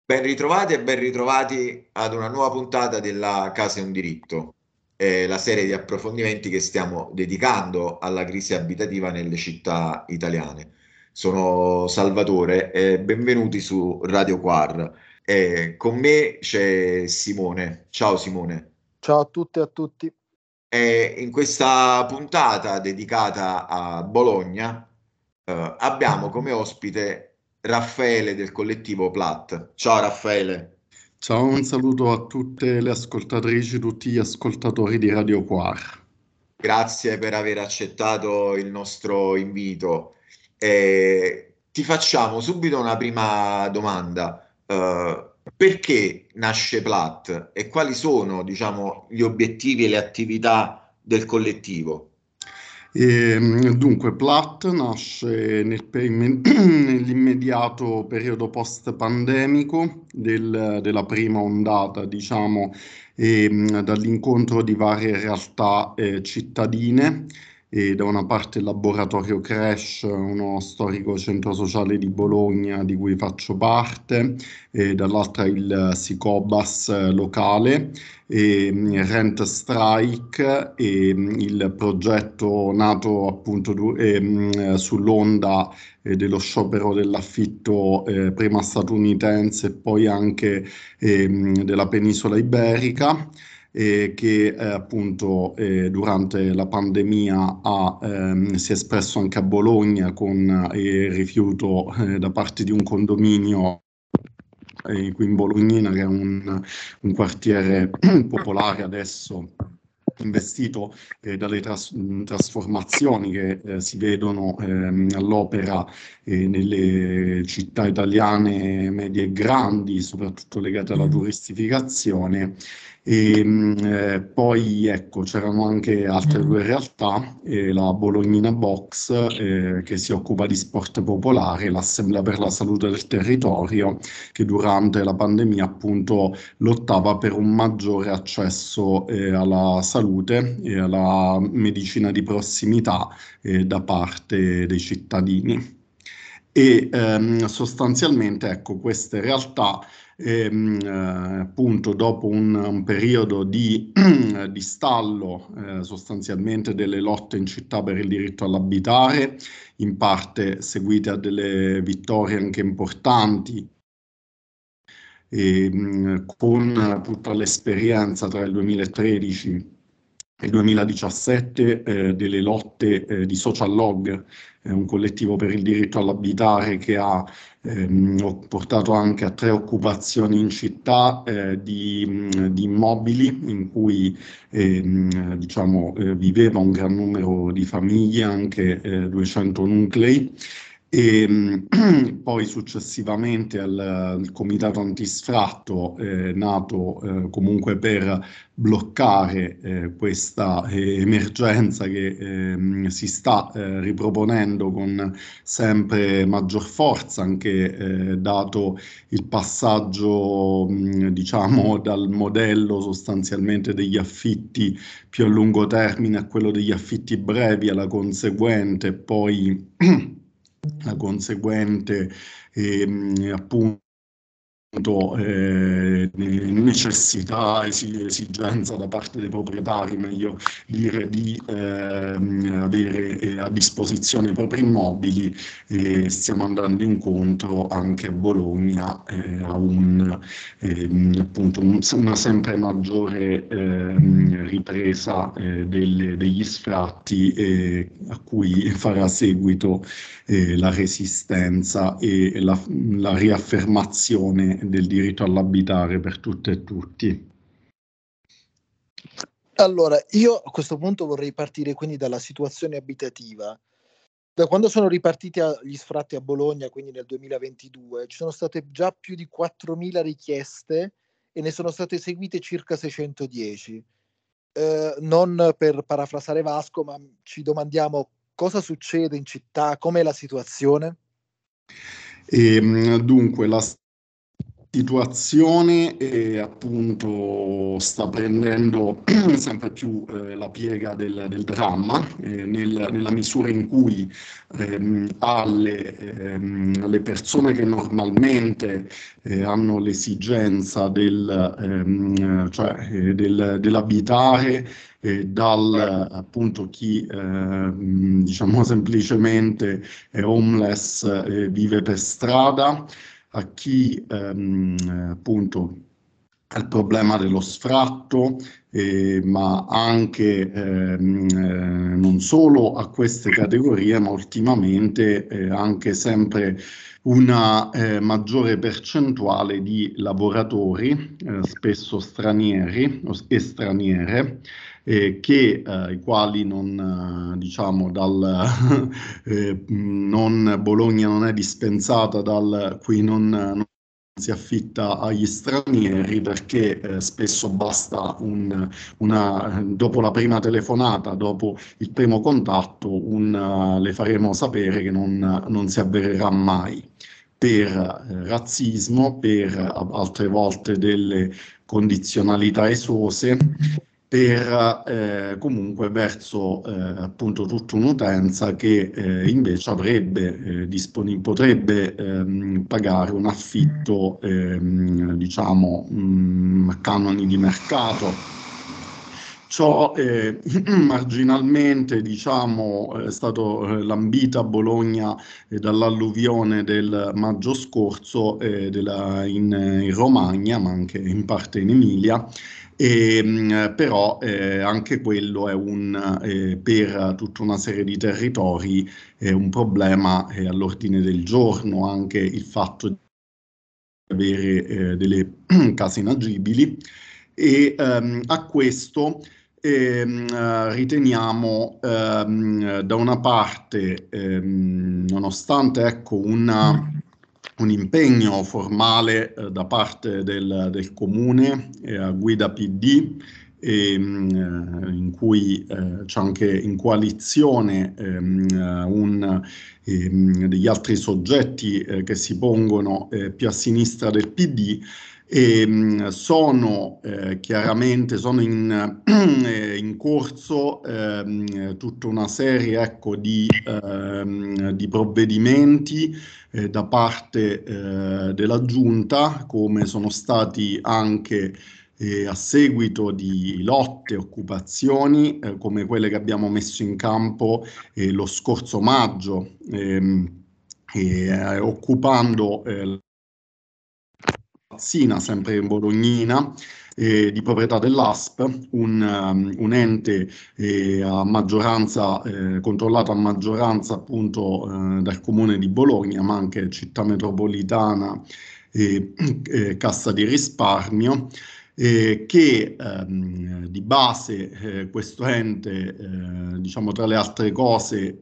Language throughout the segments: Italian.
Ben ritrovati e ben ritrovati ad una nuova puntata della Casa è un diritto, la serie di approfondimenti che stiamo dedicando alla crisi abitativa nelle città italiane. Sono Salvatore e benvenuti su Radio Quar. Con me c'è Simone. Ciao Simone. Ciao a tutte e a tutti. In questa puntata dedicata a Bologna, abbiamo come ospite Raffaele del collettivo Plat. Ciao Raffaele. Ciao, un saluto a tutte le ascoltatrici, tutti gli ascoltatori di Radio Quar. Grazie per aver accettato il nostro invito. Ti facciamo subito una prima domanda. Perché nasce Plat e quali sono, diciamo, gli obiettivi e le attività del collettivo? Dunque, Platt nasce nell'immediato periodo post-pandemico della prima ondata, diciamo, dall'incontro di varie realtà cittadine. E da una parte il laboratorio Crash, uno storico centro sociale di Bologna di cui faccio parte, e dall'altra il Sicobas locale, Rent Strike, il progetto nato appunto sull'onda dello sciopero dell'affitto prima statunitense e poi anche della penisola iberica. Che appunto durante la pandemia si è espresso anche a Bologna con il rifiuto da parte di un condominio qui in Bolognina, che è un quartiere popolare adesso investito dalle trasformazioni che si vedono all'opera nelle città italiane medie e grandi, soprattutto legate alla turistificazione. Poi ecco, c'erano anche altre due realtà, la Bolognina Box che si occupa di sport popolare, l'Assemblea per la Salute del Territorio, che durante la pandemia appunto lottava per un maggiore accesso alla salute e alla medicina di prossimità da parte dei cittadini. Sostanzialmente, ecco, queste realtà, appunto, dopo un periodo di stallo, sostanzialmente delle lotte in città per il diritto all'abitare, in parte seguite a delle vittorie anche importanti, con tutta l'esperienza tra il 2013 e il 2017 delle lotte di Social Log, un collettivo per il diritto all'abitare che ha portato anche a 3 occupazioni in città di immobili in cui diciamo, viveva un gran numero di famiglie, anche 200 nuclei. Poi successivamente al comitato antisfratto nato comunque per bloccare questa emergenza che si sta riproponendo con sempre maggior forza, anche dato il passaggio diciamo dal modello sostanzialmente degli affitti più a lungo termine a quello degli affitti brevi, alla conseguente poi la conseguente appunto necessità, esigenza da parte dei proprietari, meglio dire, di avere a disposizione i propri immobili. Stiamo andando incontro anche a Bologna a appunto una sempre maggiore ripresa degli sfratti a cui farà seguito la resistenza e la riaffermazione del diritto all'abitare per tutte e tutti. Allora, io a questo punto vorrei partire quindi dalla situazione abitativa. Da quando sono ripartiti gli sfratti a Bologna, quindi nel 2022, ci sono state già più di 4.000 richieste e ne sono state eseguite circa 610. Non per parafrasare Vasco, ma ci domandiamo cosa succede in città, com'è la situazione? Dunque, la situazione appunto sta prendendo sempre più la piega del dramma, nella misura in cui alle persone che normalmente hanno l'esigenza dell'abitare, dal appunto chi diciamo semplicemente è homeless, vive per strada, a chi appunto ha il problema dello sfratto, ma anche non solo a queste categorie, ma ultimamente anche sempre una maggiore percentuale di lavoratori, spesso stranieri e straniere, i quali non, diciamo, Bologna non è dispensata qui non si affitta agli stranieri, perché spesso basta dopo la prima telefonata, dopo il primo contatto, le faremo sapere che non si avvererà mai, per razzismo, per altre volte delle condizionalità esose, per comunque verso appunto tutta un'utenza che invece potrebbe pagare un affitto diciamo a canoni di mercato. Ciò marginalmente, diciamo, è stato lambita a Bologna dall'alluvione del maggio scorso in Romagna, ma anche in parte in Emilia. Però anche quello è per tutta una serie di territori un problema all'ordine del giorno, anche il fatto di avere delle case inagibili, e a questo riteniamo da una parte, nonostante ecco, un impegno formale da parte del Comune a guida PD, in cui c'è anche in coalizione degli altri soggetti che si pongono più a sinistra del PD, sono in corso tutta una serie, ecco, di provvedimenti da parte della Giunta, come sono stati anche a seguito di lotte, occupazioni, come quelle che abbiamo messo in campo lo scorso maggio, occupando sempre in Bolognina, di proprietà dell'ASP, un ente a maggioranza, controllato a maggioranza appunto dal Comune di Bologna, ma anche Città Metropolitana e Cassa di Risparmio, che di base questo ente, diciamo tra le altre cose,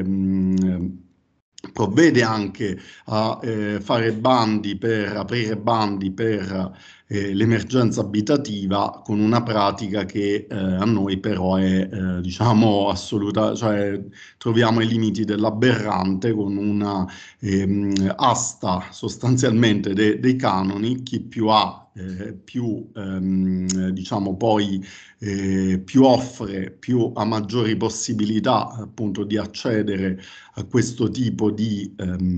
provvede anche a aprire bandi per l'emergenza abitativa, con una pratica che a noi però è diciamo assoluta, cioè troviamo i limiti dell'aberrante, con una asta sostanzialmente dei canoni. Chi più ha più diciamo poi più offre, più ha maggiori possibilità appunto di accedere a questo tipo di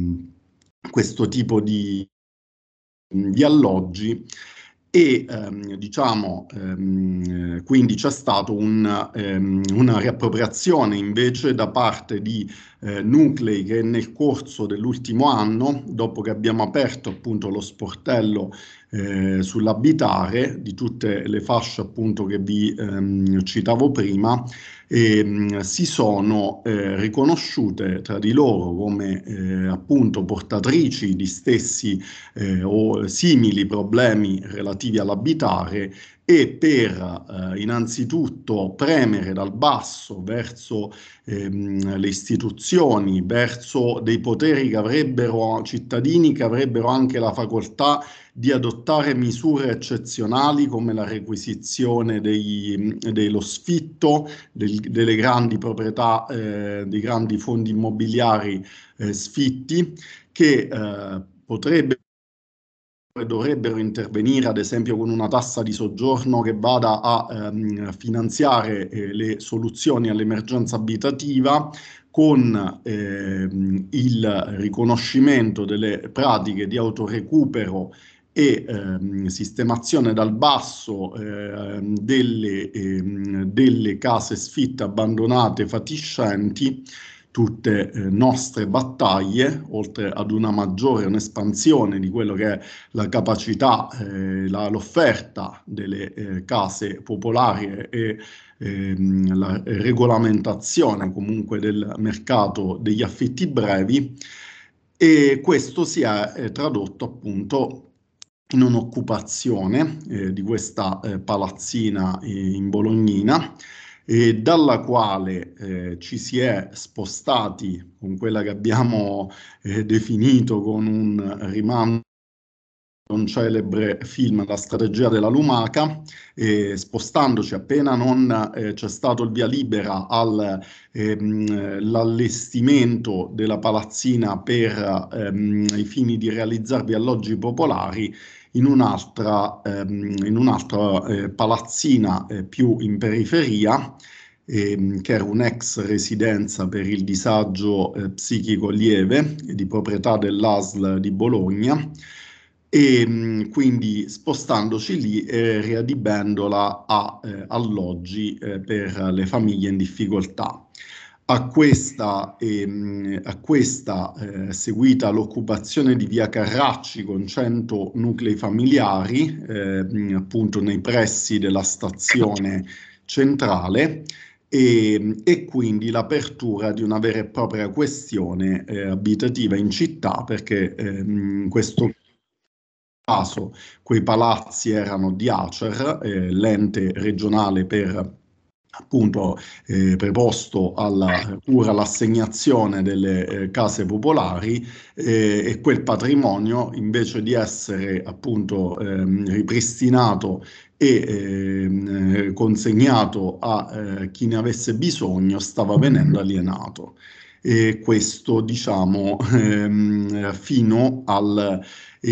alloggi, e diciamo quindi c'è stato una riappropriazione invece da parte di nuclei che nel corso dell'ultimo anno, dopo che abbiamo aperto appunto lo sportello sull'abitare di tutte le fasce appunto che vi citavo prima, si sono riconosciute tra di loro come appunto portatrici di stessi o simili problemi relativi all'abitare, e per innanzitutto premere dal basso verso le istituzioni, verso dei poteri che avrebbero, cittadini che avrebbero anche la facoltà di adottare misure eccezionali, come la requisizione dello sfitto delle grandi proprietà, dei grandi fondi immobiliari sfitti, che potrebbe dovrebbero intervenire, ad esempio, con una tassa di soggiorno che vada a finanziare le soluzioni all'emergenza abitativa, con il riconoscimento delle pratiche di autorecupero e sistemazione dal basso delle case sfitte, abbandonate, fatiscenti. Tutte nostre battaglie, oltre ad una maggiore un'espansione di quello che è la capacità, l'offerta delle case popolari e la regolamentazione comunque del mercato degli affitti brevi, e questo si è tradotto appunto in un'occupazione di questa palazzina in Bolognina, dalla quale ci si è spostati con quella che abbiamo definito con un rimando un celebre film, La strategia della lumaca, spostandoci appena non c'è stato il via libera all'allestimento della palazzina per i fini di realizzarvi alloggi popolari in un'altra palazzina più in periferia, che era un'ex residenza per il disagio psichico lieve di proprietà dell'ASL di Bologna, e quindi spostandoci lì e riadibendola a alloggi per le famiglie in difficoltà. A questa seguita l'occupazione di via Carracci con 100 nuclei familiari, appunto nei pressi della stazione centrale, e quindi l'apertura di una vera e propria questione abitativa in città, perché in questo caso quei palazzi erano di Acer, l'ente regionale per appunto preposto alla cura, all'assegnazione delle case popolari, e quel patrimonio, invece di essere appunto ripristinato e consegnato a chi ne avesse bisogno, stava venendo alienato. E questo, diciamo, fino al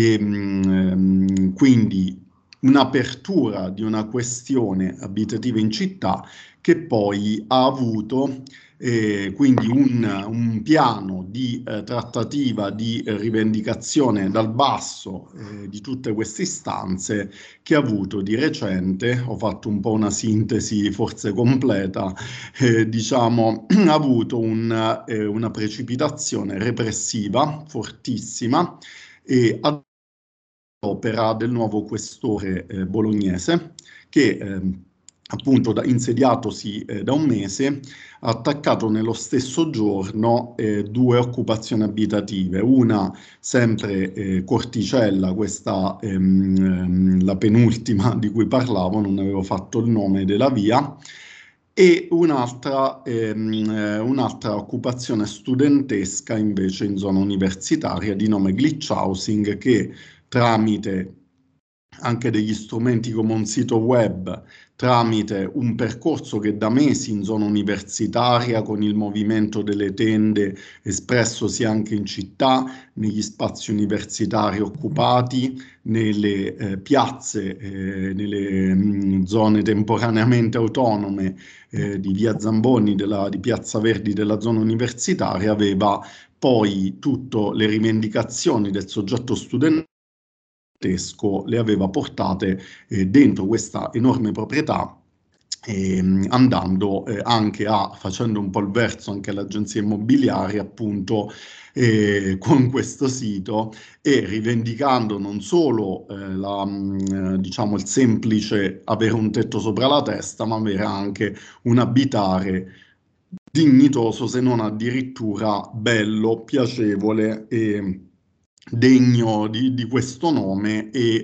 quindi un'apertura di una questione abitativa in città, che poi ha avuto quindi un piano di trattativa, di rivendicazione dal basso di tutte queste istanze, che ha avuto di recente, ho fatto un po' una sintesi forse completa, diciamo, ha avuto una precipitazione repressiva fortissima e ad opera del nuovo questore bolognese, che appunto insediatosi da un mese, ha attaccato nello stesso giorno 2 occupazioni abitative, una sempre Corticella, questa la penultima di cui parlavo, non avevo fatto il nome della via, e un'altra occupazione studentesca invece in zona universitaria di nome Glitch Housing, che tramite anche degli strumenti come un sito web, tramite un percorso che da mesi in zona universitaria, con il movimento delle tende espressosi anche in città, negli spazi universitari occupati, nelle piazze, nelle zone temporaneamente autonome di via Zamboni, di Piazza Verdi della zona universitaria, aveva poi tutte le rivendicazioni del soggetto studentesco, le aveva portate dentro questa enorme proprietà, andando anche facendo un po' il verso anche alle agenzie immobiliari, appunto, con questo sito, e rivendicando non solo diciamo il semplice avere un tetto sopra la testa, ma avere anche un abitare dignitoso, se non addirittura bello, piacevole e degno di questo nome e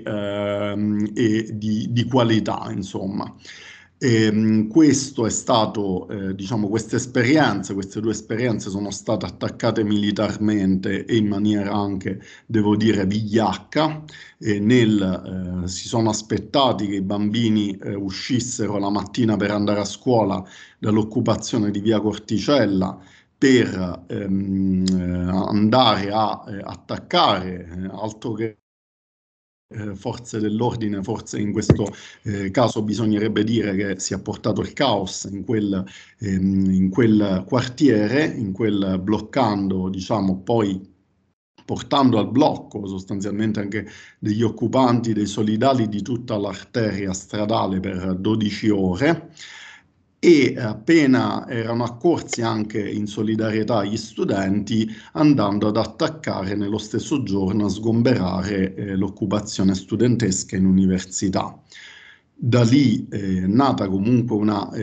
di qualità, insomma. Questo è stato, diciamo, queste 2 esperienze sono state attaccate militarmente e in maniera anche, devo dire, vigliacca. Si sono aspettati che i bambini uscissero la mattina per andare a scuola dall'occupazione di via Corticella, per andare a attaccare altro che forze dell'ordine, forse in questo caso bisognerebbe dire che si è portato il caos in quel quartiere, bloccando, diciamo, poi portando al blocco sostanzialmente anche degli occupanti, dei solidali di tutta l'arteria stradale per 12 ore. E appena erano accorsi anche in solidarietà gli studenti, andando ad attaccare nello stesso giorno, a sgomberare l'occupazione studentesca in università. Da lì è nata comunque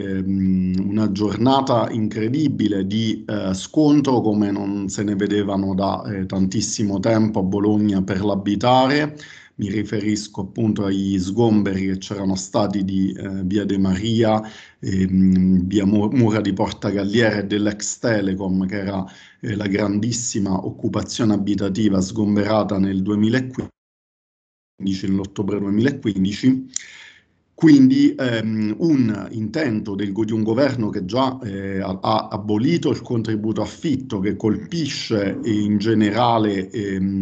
una giornata incredibile di scontro come non se ne vedevano da tantissimo tempo a Bologna per l'abitare. Mi riferisco appunto agli sgomberi che c'erano stati di Via De Maria, via Mura di Porta Galliera e dell'ex Telecom, che era la grandissima occupazione abitativa sgomberata nel 2015, nell'ottobre 2015. Quindi un intento di un governo che già ha abolito il contributo affitto, che colpisce in generale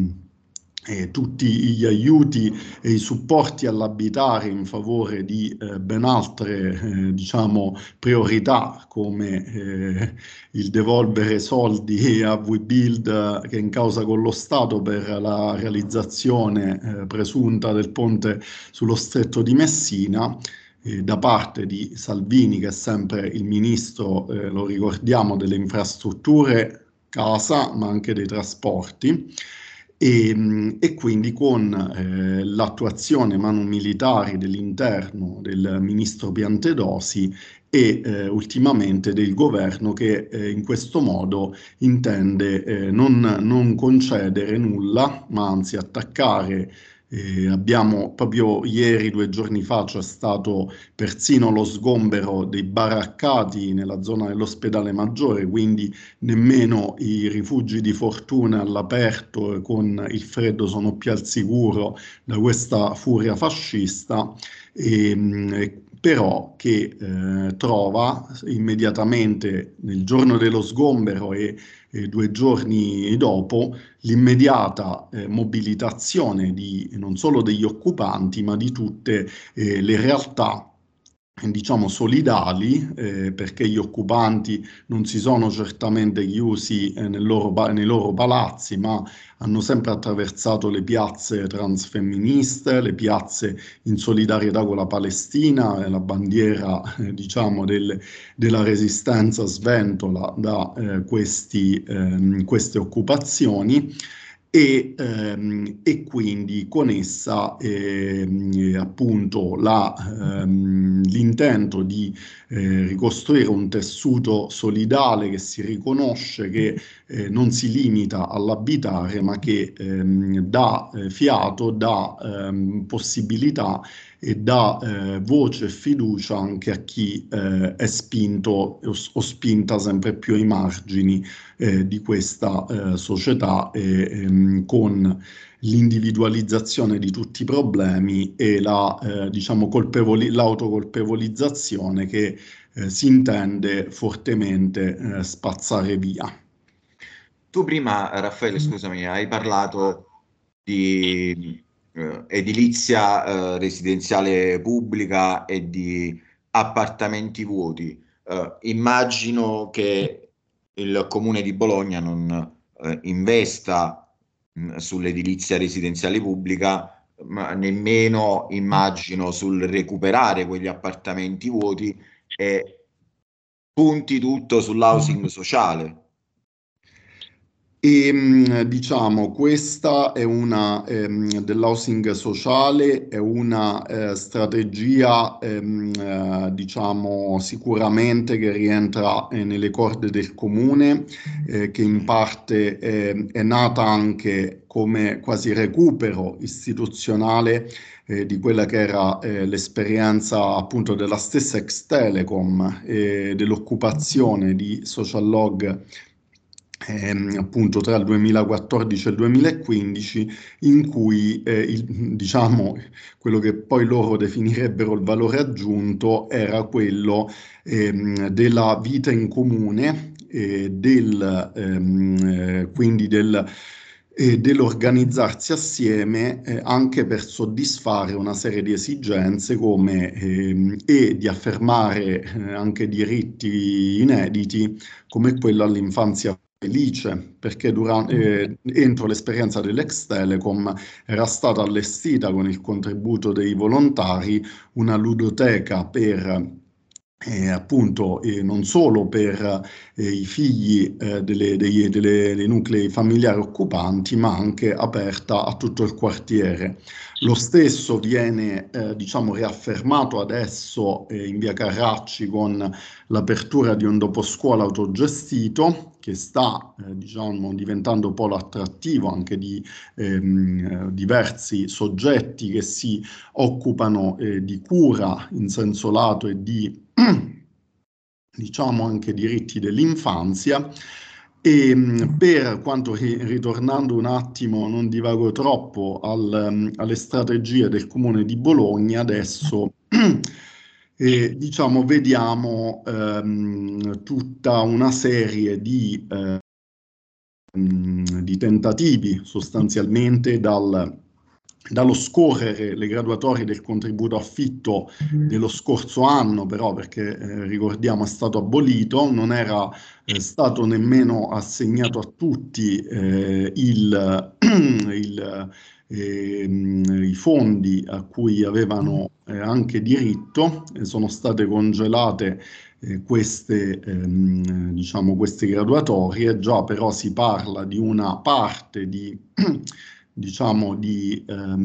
tutti gli aiuti e i supporti all'abitare in favore di ben altre diciamo, priorità, come il devolvere soldi a WeBuild che è in causa con lo Stato per la realizzazione presunta del ponte sullo Stretto di Messina, da parte di Salvini, che è sempre il ministro, lo ricordiamo, delle infrastrutture, casa, ma anche dei trasporti. E quindi con l'attuazione manu militari dell'interno del ministro Piantedosi e ultimamente del governo, che in questo modo intende non concedere nulla, ma anzi attaccare. Abbiamo proprio ieri, 2 giorni fa, c'è stato persino lo sgombero dei baraccati nella zona dell'ospedale Maggiore, quindi nemmeno i rifugi di fortuna all'aperto con il freddo sono più al sicuro da questa furia fascista, però che trova immediatamente nel giorno dello sgombero e 2 giorni dopo l'immediata mobilitazione non solo degli occupanti, ma di tutte le realtà, diciamo, solidali, perché gli occupanti non si sono certamente chiusi nei loro palazzi, ma hanno sempre attraversato le piazze transfemministe, le piazze in solidarietà con la Palestina, la bandiera diciamo della resistenza sventola da queste occupazioni. E quindi con essa appunto l'intento di ricostruire un tessuto solidale che si riconosce, che non si limita all'abitare, ma che dà fiato, dà possibilità e dà voce e fiducia anche a chi è spinto o spinta sempre più ai margini di questa società, con l'individualizzazione di tutti i problemi e diciamo, l'autocolpevolizzazione che si intende fortemente spazzare via. Tu prima, Raffaele, scusami, hai parlato di edilizia residenziale pubblica e di appartamenti vuoti. Immagino che il Comune di Bologna non investa sull'edilizia residenziale pubblica, ma nemmeno immagino sul recuperare quegli appartamenti vuoti, e punti tutto sull'housing sociale. Diciamo, questa è una dell'housing sociale, è una strategia diciamo sicuramente che rientra nelle corde del comune, che in parte è nata anche come quasi recupero istituzionale di quella che era l'esperienza appunto della stessa ex Telecom, dell'occupazione di Sociallog appunto tra il 2014 e il 2015, in cui diciamo, quello che poi loro definirebbero il valore aggiunto era quello della vita in comune, quindi dell'organizzarsi assieme anche per soddisfare una serie di esigenze come, e di affermare anche diritti inediti come quello all'infanzia felice, perché entro l'esperienza dell'ex Telecom era stata allestita con il contributo dei volontari una ludoteca per appunto non solo per i figli dei nuclei familiari occupanti, ma anche aperta a tutto il quartiere. Lo stesso viene diciamo riaffermato adesso in via Carracci con l'apertura di un doposcuola autogestito che sta diciamo diventando polo attrattivo anche di diversi soggetti che si occupano di cura in senso lato e di diciamo anche diritti dell'infanzia. E per quanto, ritornando un attimo, non divago troppo, alle strategie del Comune di Bologna, adesso diciamo vediamo tutta una serie di tentativi sostanzialmente dallo scorrere le graduatorie del contributo affitto dello scorso anno, però perché ricordiamo è stato abolito, non era stato nemmeno assegnato a tutti i fondi a cui avevano anche diritto, sono state congelate queste graduatorie. Già però si parla di una parte di diciamo di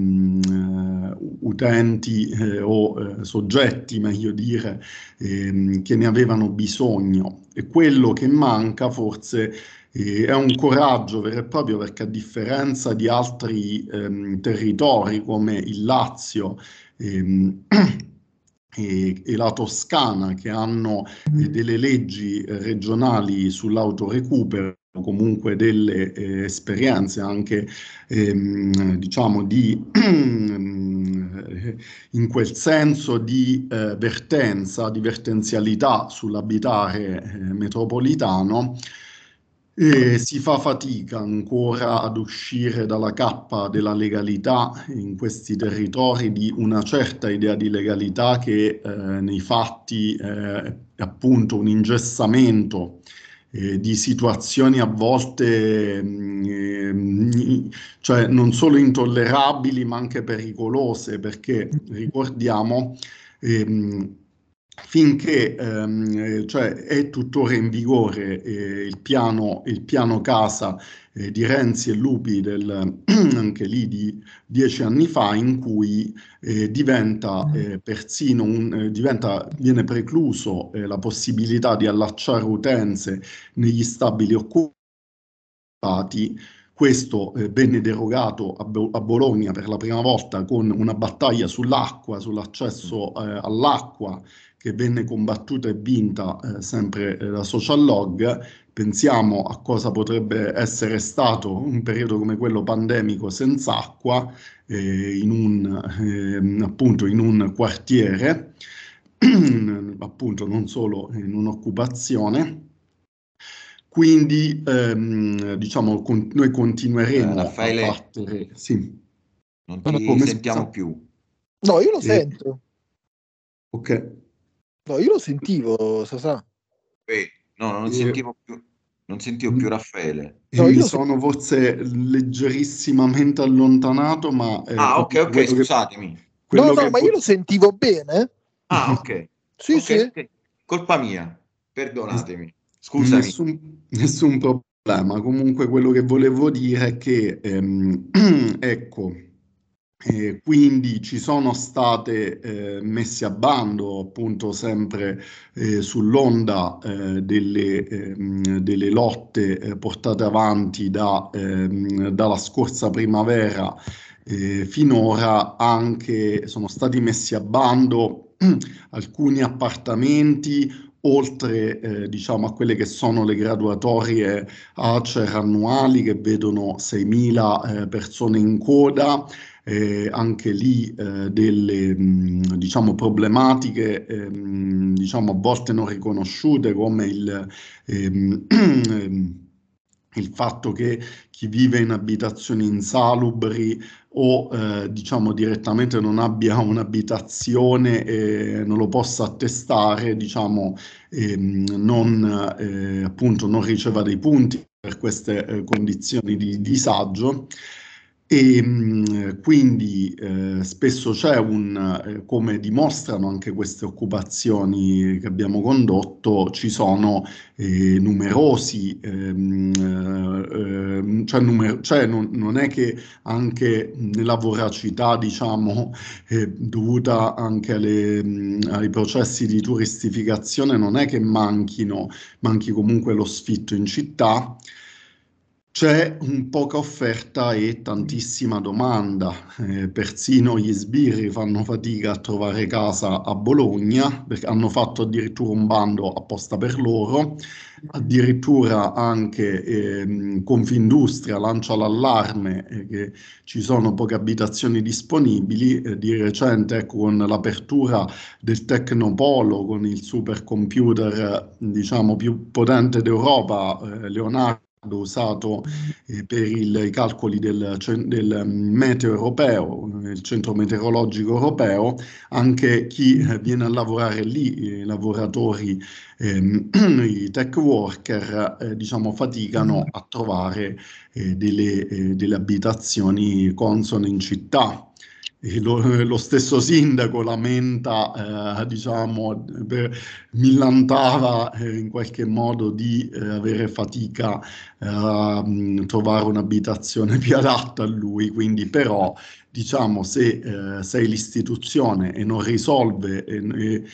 utenti o soggetti, meglio dire, che ne avevano bisogno, e quello che manca forse è un coraggio vero e proprio, perché a differenza di altri territori come il Lazio e la Toscana, che hanno delle leggi regionali sull'autorecupero, comunque delle esperienze anche diciamo di in quel senso di vertenzialità sull'abitare metropolitano, si fa fatica ancora ad uscire dalla cappa della legalità in questi territori, di una certa idea di legalità che nei fatti è appunto un ingessamento di situazioni a volte cioè non solo intollerabili ma anche pericolose, perché ricordiamo finché cioè è tuttora in vigore il piano casa di Renzi e Lupi anche lì di 10 anni fa, in cui diventa persino viene precluso la possibilità di allacciare utenze negli stabili occupati. Questo venne derogato a Bologna per la prima volta con una battaglia sull'acqua, sull'accesso all'acqua, che venne combattuta e vinta sempre da Social Log. Pensiamo a cosa potrebbe essere stato un periodo come quello pandemico senza acqua appunto in un quartiere, appunto non solo in un'occupazione. Quindi diciamo noi continueremo Raffaele, a battere. Sì. Non ti sentiamo più. No, io lo sento. Ok. No, io lo sentivo, Sasà. No, non sentivo più Raffaele. No, Mi sono forse leggerissimamente allontanato, ma ok, scusatemi. No, ma io lo sentivo bene. Ok. Sì, okay, sì. Okay. Colpa mia, perdonatemi. Scusami. Nessun problema. Comunque quello che volevo dire è che ecco, quindi ci sono state messe a bando, appunto sempre sull'onda delle lotte portate avanti dalla scorsa primavera finora, anche sono stati messi a bando alcuni appartamenti, oltre diciamo a quelle che sono le graduatorie ACER annuali, che vedono 6.000 persone in coda. Anche lì delle diciamo problematiche diciamo a volte non riconosciute, come il fatto che chi vive in abitazioni insalubri o diciamo direttamente non abbia un'abitazione e non lo possa attestare, diciamo, appunto non riceva dei punti per queste condizioni di disagio. Quindi spesso c'è come dimostrano anche queste occupazioni che abbiamo condotto, ci sono numerosi, cioè non è che anche nella voracità, diciamo, dovuta anche ai processi di turistificazione, non è che manchi comunque lo sfitto in città. C'è un poca offerta e tantissima domanda, persino gli sbirri fanno fatica a trovare casa a Bologna, perché hanno fatto addirittura un bando apposta per loro, addirittura anche Confindustria lancia l'allarme che ci sono poche abitazioni disponibili, di recente ecco, con l'apertura del Tecnopolo, con il supercomputer diciamo più potente d'Europa, Leonardo, usato per i calcoli del meteo europeo, il centro meteorologico europeo, anche chi viene a lavorare lì, i lavoratori, i tech worker, diciamo, faticano a trovare delle abitazioni consone in città. E lo stesso sindaco lamenta, diciamo, millantava in qualche modo di avere fatica a trovare un'abitazione più adatta a lui, quindi però diciamo se sei l'istituzione e non risolve e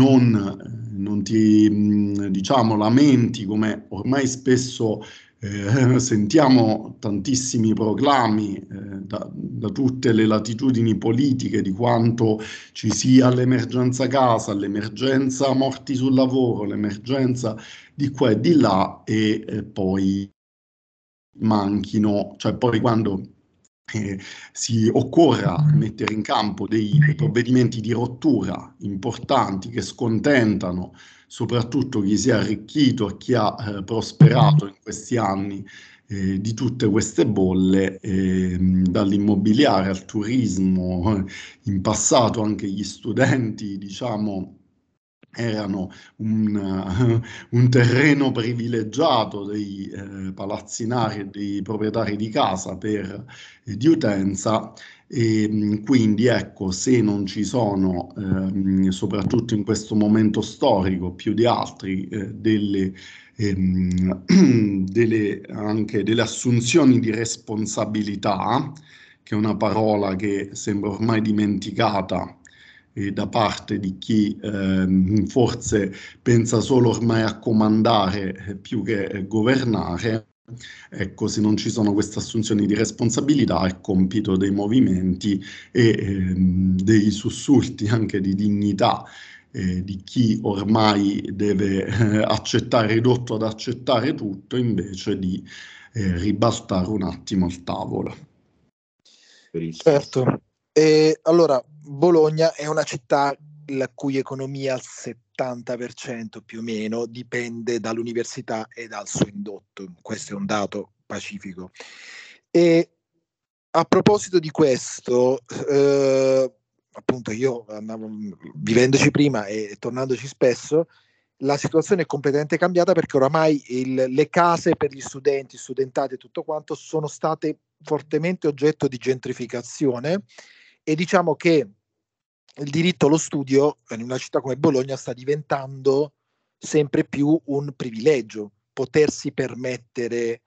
non ti diciamo lamenti come ormai spesso sentiamo tantissimi proclami da tutte le latitudini politiche di quanto ci sia l'emergenza casa, l'emergenza morti sul lavoro, l'emergenza di qua e di là e poi manchino, cioè poi quando si occorra mettere in campo dei provvedimenti di rottura importanti che scontentano soprattutto chi si è arricchito e chi ha prosperato in questi anni di tutte queste bolle, dall'immobiliare al turismo, in passato anche gli studenti, diciamo, erano un terreno privilegiato dei palazzinari e dei proprietari di casa di utenza e quindi ecco, se non ci sono, soprattutto in questo momento storico, più di altri, anche delle assunzioni di responsabilità, che è una parola che sembra ormai dimenticata da parte di chi forse pensa solo ormai a comandare più che governare. Ecco, se non ci sono queste assunzioni di responsabilità, è compito dei movimenti e dei sussulti anche di dignità di chi ormai deve accettare, ridotto ad accettare tutto, invece di ribaltare un attimo il tavolo. Certo. E allora, Bologna è una città la cui economia al 70% più o meno dipende dall'università e dal suo indotto. Questo è un dato pacifico. E a proposito di questo, appunto io andavo vivendoci prima e tornandoci spesso, la situazione è completamente cambiata perché oramai le case per gli studenti, studentati e tutto quanto sono state fortemente oggetto di gentrificazione e diciamo che il diritto allo studio in una città come Bologna sta diventando sempre più un privilegio, potersi permettere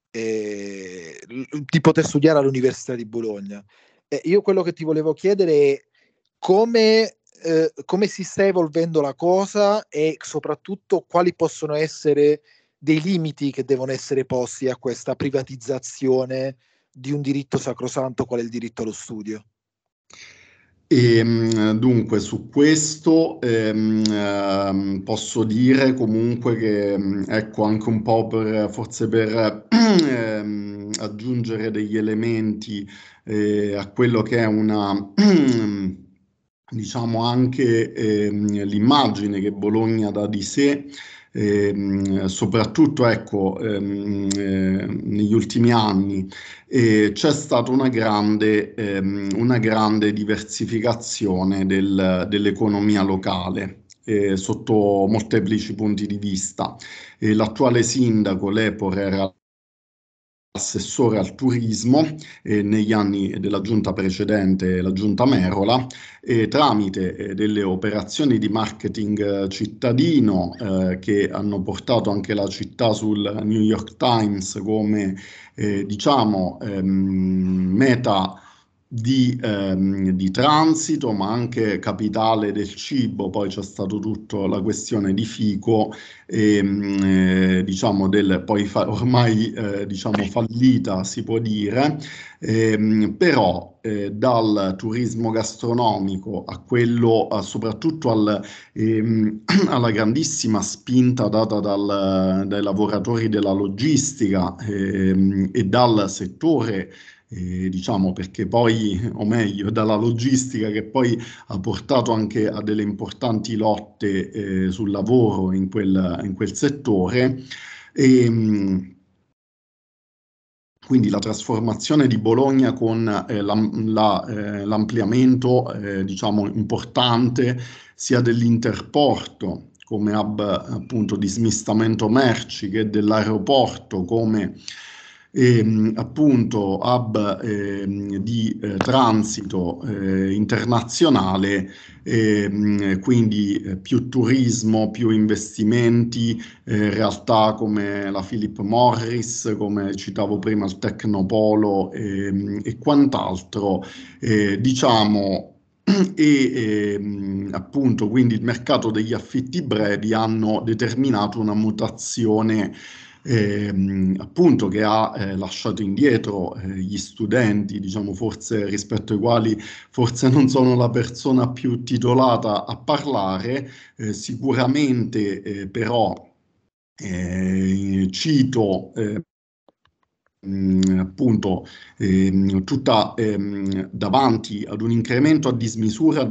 di poter studiare all'Università di Bologna. Io quello che ti volevo chiedere è come si sta evolvendo la cosa e soprattutto quali possono essere dei limiti che devono essere posti a questa privatizzazione di un diritto sacrosanto qual è il diritto allo studio. Dunque, su questo posso dire comunque che, ecco, anche un po' forse per aggiungere degli elementi a quello che è una, diciamo, anche l'immagine che Bologna dà di sé. soprattutto ecco, negli ultimi anni c'è stata una grande diversificazione dell'economia locale sotto molteplici punti di vista. L'attuale sindaco Lepore era assessore al turismo negli anni della giunta precedente, la giunta Merola, tramite delle operazioni di marketing cittadino che hanno portato anche la città sul New York Times come diciamo meta di transito, ma anche capitale del cibo. Poi c'è stato tutto la questione di Fico diciamo poi ormai diciamo fallita si può dire, però dal turismo gastronomico a quello soprattutto alla grandissima spinta data dai lavoratori della logistica e dal settore diciamo perché poi, o meglio, dalla logistica che poi ha portato anche a delle importanti lotte sul lavoro in quel settore. Quindi la trasformazione di Bologna con l'ampliamento diciamo importante sia dell'interporto come hub appunto di smistamento merci che dell'aeroporto come appunto hub di transito internazionale, quindi più turismo, più investimenti, realtà come la Philip Morris, come citavo prima il Tecnopolo e quant'altro, diciamo. Appunto quindi il mercato degli affitti brevi hanno determinato una mutazione appunto che ha lasciato indietro gli studenti, diciamo forse rispetto ai quali forse non sono la persona più titolata a parlare, sicuramente però cito appunto tutta davanti ad un incremento a dismisura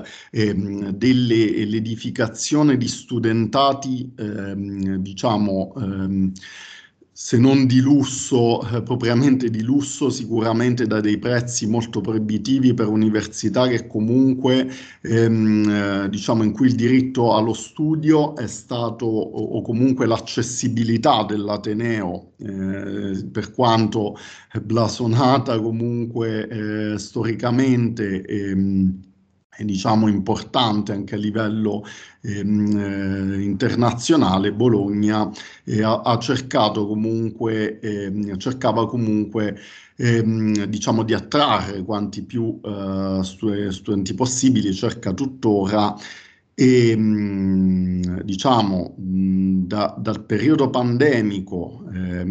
dell'edificazione di studentati diciamo se non di lusso, propriamente di lusso, sicuramente da dei prezzi molto proibitivi per università che comunque, diciamo, in cui il diritto allo studio è stato, o comunque l'accessibilità dell'Ateneo, per quanto blasonata comunque storicamente, è diciamo importante anche a livello internazionale. Bologna ha cercato comunque, cercava comunque diciamo di attrarre quanti più studenti possibili, cerca tuttora. E diciamo dal periodo pandemico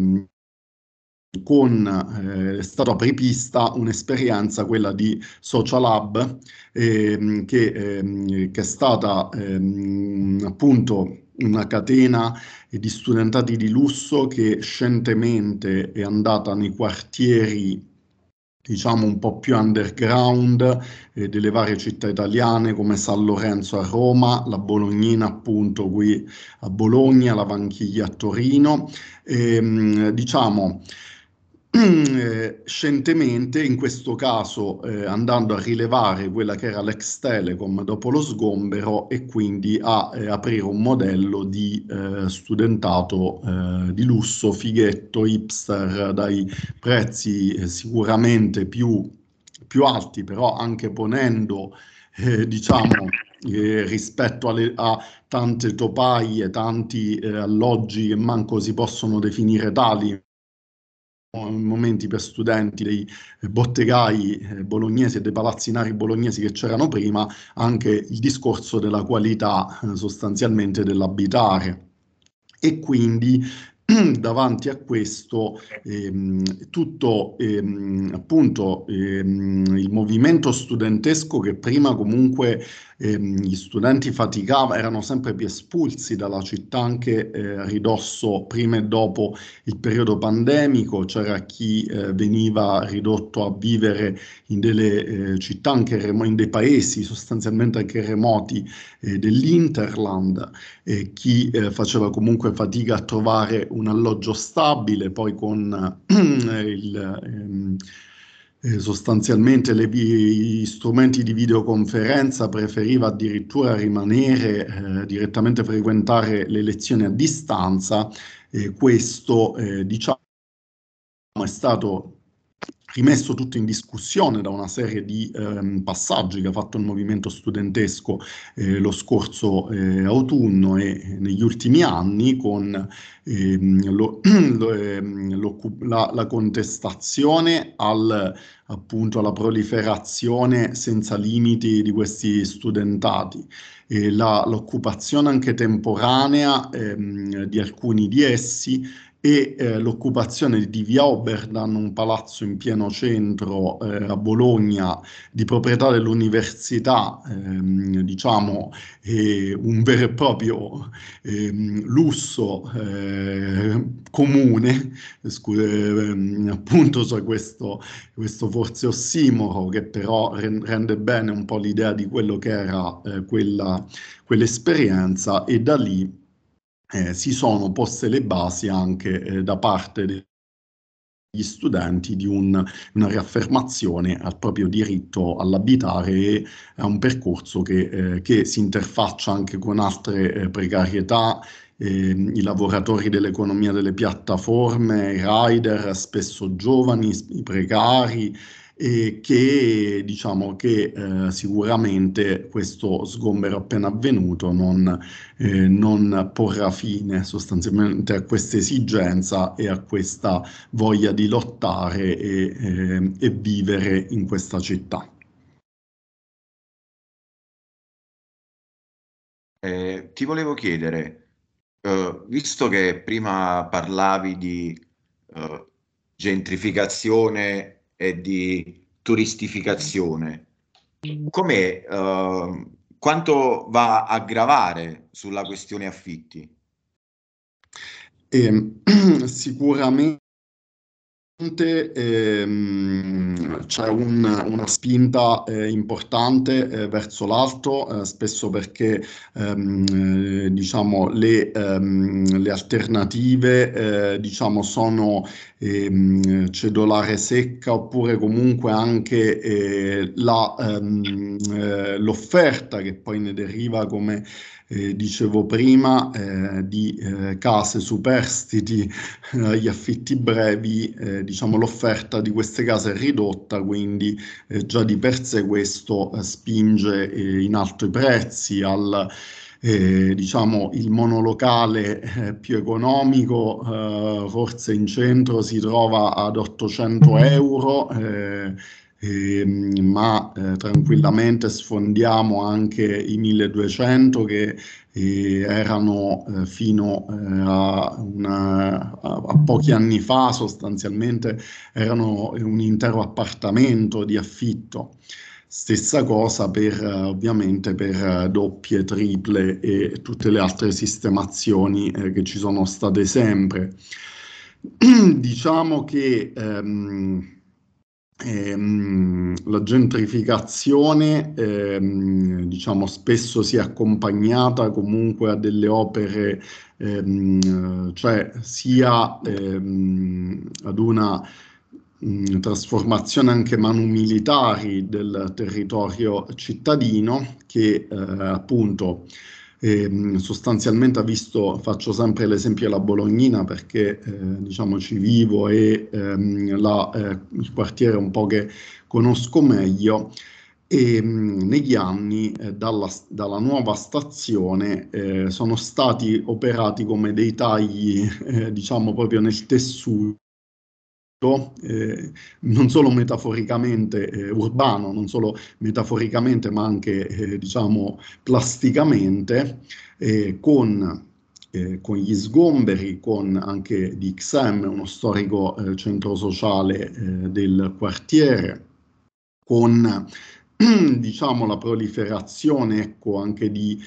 è stata prevista un'esperienza, quella di Social Hub, che è stata appunto una catena di studentati di lusso che scientemente è andata nei quartieri diciamo un po' più underground delle varie città italiane come San Lorenzo a Roma, la Bolognina appunto qui a Bologna, la Vanchiglia a Torino, diciamo scientemente in questo caso andando a rilevare quella che era l'ex Telecom dopo lo sgombero e quindi a aprire un modello di studentato di lusso, fighetto, hipster, dai prezzi sicuramente più alti, però anche ponendo diciamo rispetto a tante topaie, tanti alloggi che manco si possono definire tali momenti per studenti dei bottegai bolognesi e dei palazzinari bolognesi che c'erano prima, anche il discorso della qualità sostanzialmente dell'abitare. E quindi davanti a questo tutto appunto il movimento studentesco che prima comunque gli studenti faticavano, erano sempre più espulsi dalla città anche a ridosso prima e dopo il periodo pandemico. C'era chi veniva ridotto a vivere in delle città, anche in dei paesi sostanzialmente anche remoti dell'Interland, chi faceva comunque fatica a trovare un alloggio stabile, poi con sostanzialmente gli strumenti di videoconferenza preferiva addirittura rimanere direttamente frequentare le lezioni a distanza. Questo diciamo è stato rimesso tutto in discussione da una serie di passaggi che ha fatto il movimento studentesco lo scorso autunno e negli ultimi anni, con la contestazione appunto alla proliferazione senza limiti di questi studentati, e l'occupazione anche temporanea di alcuni di essi, e l'occupazione di Via Oberdan, un palazzo in pieno centro a Bologna di proprietà dell'università, diciamo un vero e proprio lusso comune, appunto su questo forse ossimoro, che però rende bene un po' l'idea di quello che era quell'esperienza, e da lì si sono poste le basi anche da parte degli studenti di una riaffermazione al proprio diritto all'abitare e a un percorso che si interfaccia anche con altre precarietà, i lavoratori dell'economia delle piattaforme, i rider, spesso giovani, i precari, e che diciamo che sicuramente questo sgombero appena avvenuto non porrà fine sostanzialmente a questa esigenza e a questa voglia di lottare e vivere in questa città. Ti volevo chiedere, visto che prima parlavi di gentrificazione e di turistificazione, quanto va a gravare sulla questione affitti? Sicuramente c'è una spinta importante verso l'alto, spesso perché diciamo le alternative diciamo sono cedolare secca, oppure comunque anche l'offerta che poi ne deriva, come dicevo prima, di case superstiti agli affitti brevi. Diciamo l'offerta di queste case è ridotta, quindi già di per sé questo spinge in alto i prezzi. Diciamo il monolocale più economico, forse in centro, si trova ad 800 euro, ma tranquillamente sfondiamo anche i 1200 che erano fino a pochi anni fa, sostanzialmente erano un intero appartamento di affitto. Stessa cosa ovviamente per doppie, triple e tutte le altre sistemazioni che ci sono state sempre. Diciamo che la gentrificazione diciamo spesso si è accompagnata comunque a delle opere, cioè sia ad una trasformazione anche manumilitari del territorio cittadino, che appunto sostanzialmente ha visto, faccio sempre l'esempio della Bolognina perché diciamo ci vivo e il quartiere un po' che conosco meglio, e negli anni dalla nuova stazione sono stati operati come dei tagli diciamo proprio nel tessuto, non solo metaforicamente urbano, non solo metaforicamente ma anche diciamo plasticamente, con gli sgomberi, con anche di XM, uno storico centro sociale del quartiere, con diciamo, la proliferazione, ecco, anche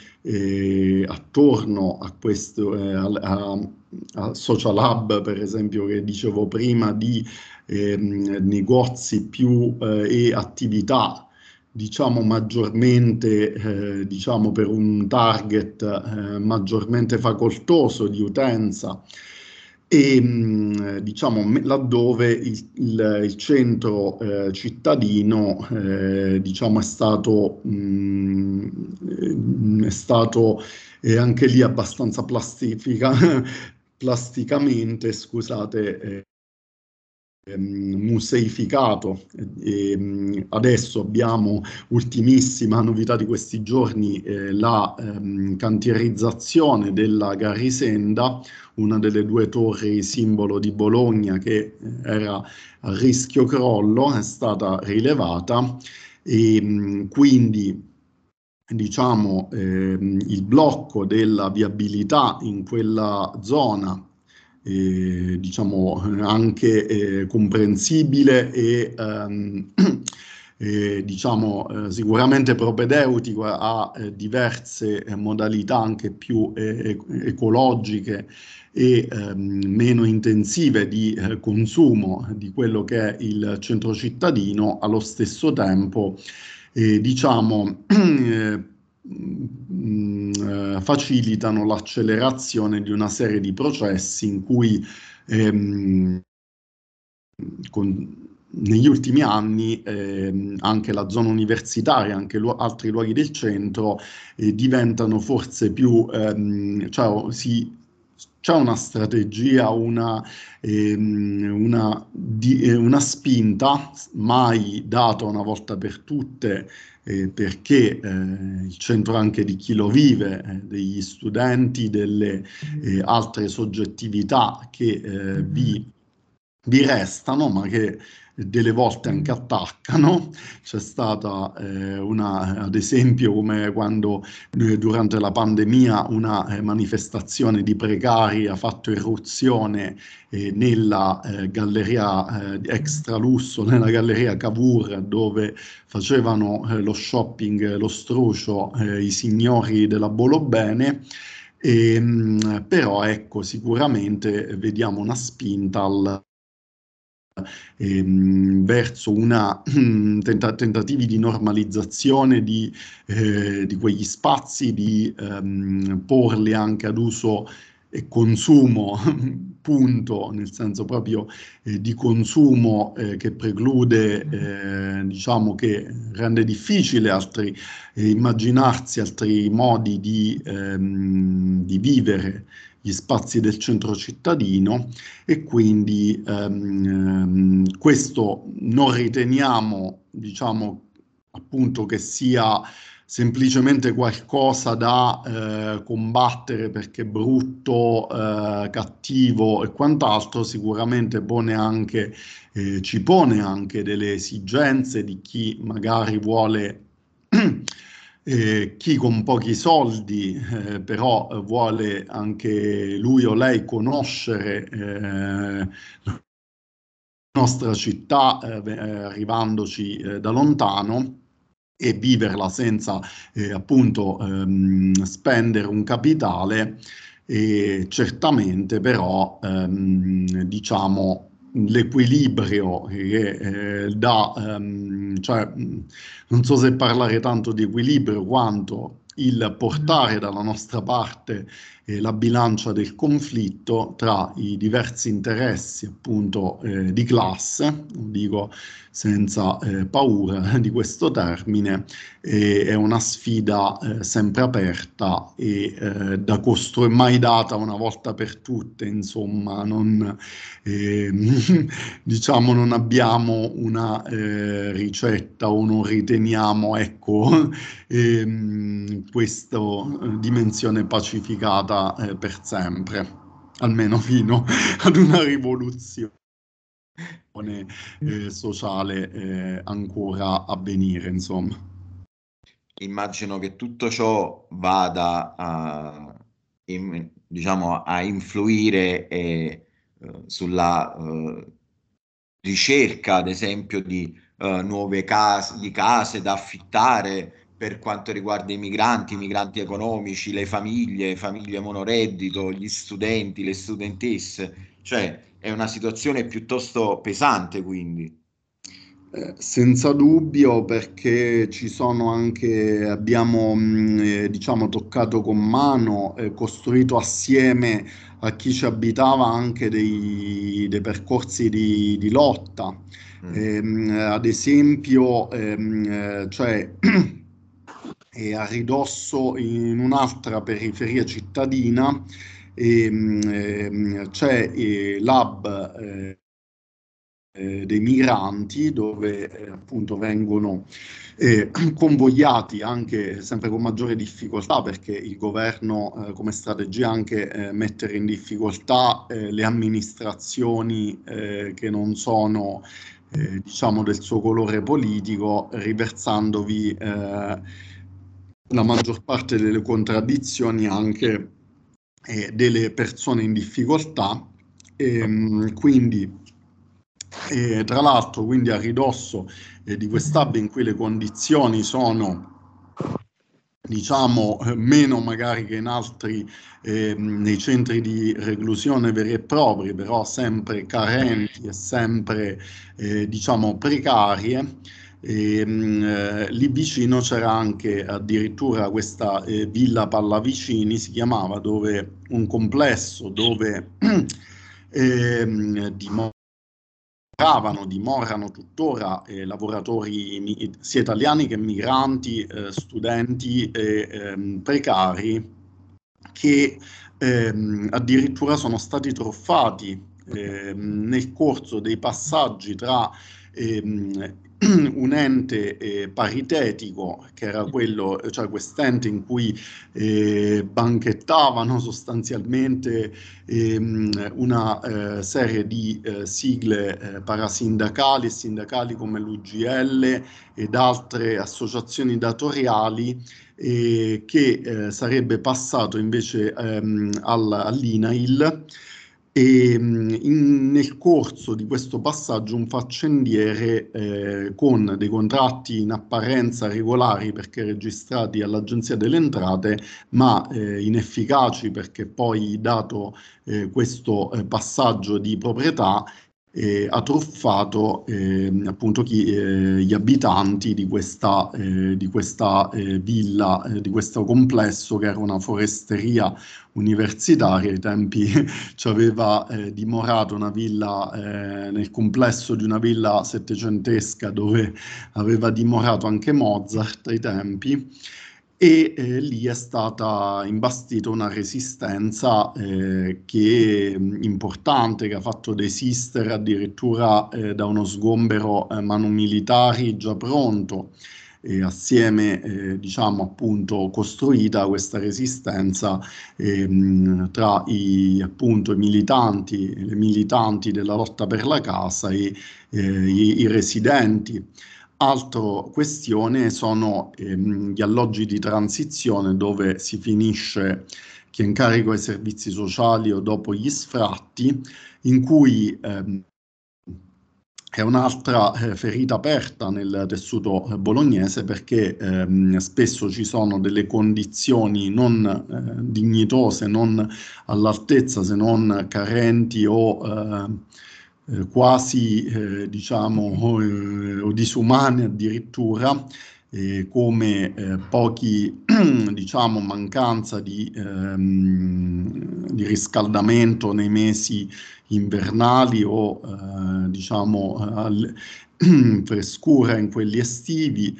attorno a questo, a Social Hub, per esempio, che dicevo prima, di negozi più e attività, diciamo, maggiormente, diciamo, per un target maggiormente facoltoso di utenza. E diciamo laddove il centro cittadino diciamo è stato anche lì abbastanza plasticamente, scusate, museificato. Adesso abbiamo, ultimissima novità di questi giorni, la cantierizzazione della Garisenda, una delle due torri simbolo di Bologna che era a rischio crollo, è stata rilevata e quindi diciamo il blocco della viabilità in quella zona diciamo anche comprensibile e diciamo sicuramente propedeutico a diverse modalità anche più ecologiche e meno intensive di consumo di quello che è il centro cittadino. Allo stesso tempo diciamo facilitano l'accelerazione di una serie di processi in cui negli ultimi anni anche la zona universitaria, anche altri luoghi del centro diventano forse più, cioè c'è una strategia, una spinta mai data una volta per tutte, perché il centro anche di chi lo vive, degli studenti, delle altre soggettività che vi restano, ma che delle volte anche attaccano. C'è stata ad esempio, come quando durante la pandemia una manifestazione di precari ha fatto irruzione nella galleria extra lusso, nella galleria Cavour, dove facevano lo shopping, lo strucio, i signori della Bolobene. Però ecco, sicuramente vediamo una spinta verso una tentativi di normalizzazione di quegli spazi, di porli anche ad uso e consumo, punto, nel senso proprio di consumo che preclude, diciamo che rende difficile immaginarsi altri modi di vivere gli spazi del centro cittadino, e quindi questo non riteniamo, diciamo, appunto, che sia semplicemente qualcosa da combattere perché è brutto, cattivo e quant'altro. Sicuramente ci pone anche delle esigenze di chi magari vuole chi con pochi soldi però vuole anche lui o lei conoscere la nostra città arrivandoci da lontano e viverla senza appunto spendere un capitale. E certamente però diciamo l'equilibrio che cioè non so se parlare tanto di equilibrio quanto il portare dalla nostra parte la bilancia del conflitto tra i diversi interessi appunto di classe, dico senza paura di questo termine, è una sfida sempre aperta e da costruire, mai data una volta per tutte, insomma, diciamo non abbiamo una ricetta o non riteniamo, ecco, questa dimensione pacificata per sempre, almeno fino ad una rivoluzione sociale ancora a venire, insomma. Immagino che tutto ciò vada diciamo, a influire sulla ricerca, ad esempio, di nuove case da affittare per quanto riguarda i migranti economici, le famiglie monoreddito, gli studenti, le studentesse, cioè è una situazione piuttosto pesante, quindi. Senza dubbio, perché ci sono anche, abbiamo diciamo toccato con mano, costruito assieme a chi ci abitava anche dei percorsi di lotta. Ad esempio, cioè a ridosso in un'altra periferia cittadina c'è l'hub dei migranti dove appunto vengono convogliati anche sempre con maggiore difficoltà, perché il governo come strategia anche mettere in difficoltà le amministrazioni che non sono diciamo del suo colore politico, riversandovi la maggior parte delle contraddizioni anche delle persone in difficoltà. Quindi tra l'altro, quindi a ridosso di quest'hub in cui le condizioni sono diciamo meno magari che in altri nei centri di reclusione veri e propri, però sempre carenti e sempre diciamo precarie. Lì vicino c'era anche addirittura questa Villa Pallavicini, si chiamava, dove un complesso dove dimorano tuttora lavoratori sia italiani che migranti, studenti e precari, che addirittura sono stati truffati nel corso dei passaggi tra un ente paritetico, che era quello, cioè quest'ente in cui banchettavano sostanzialmente una serie di sigle parasindacali e sindacali come l'UGL ed altre associazioni datoriali, che sarebbe passato invece all'INAIL. E nel corso di questo passaggio un faccendiere con dei contratti in apparenza regolari perché registrati all'Agenzia delle Entrate, ma inefficaci perché poi dato questo passaggio di proprietà ha truffato appunto gli abitanti di questa villa, di questo complesso che era una foresteria universitaria. Ai tempi ci aveva dimorato una villa nel complesso di una villa settecentesca dove aveva dimorato anche Mozart ai tempi. E lì è stata imbastita una resistenza importante, che ha fatto desistere addirittura da uno sgombero manu militari già pronto, e assieme diciamo appunto costruita questa resistenza tra appunto i militanti, le militanti della lotta per la casa e i residenti. Altra questione sono gli alloggi di transizione, dove si finisce chi è in carico ai servizi sociali o dopo gli sfratti, in cui è un'altra ferita aperta nel tessuto bolognese, perché spesso ci sono delle condizioni non dignitose, non all'altezza, se non carenti o quasi diciamo o disumane addirittura, come pochi diciamo mancanza di riscaldamento nei mesi invernali o diciamo frescura in quelli estivi,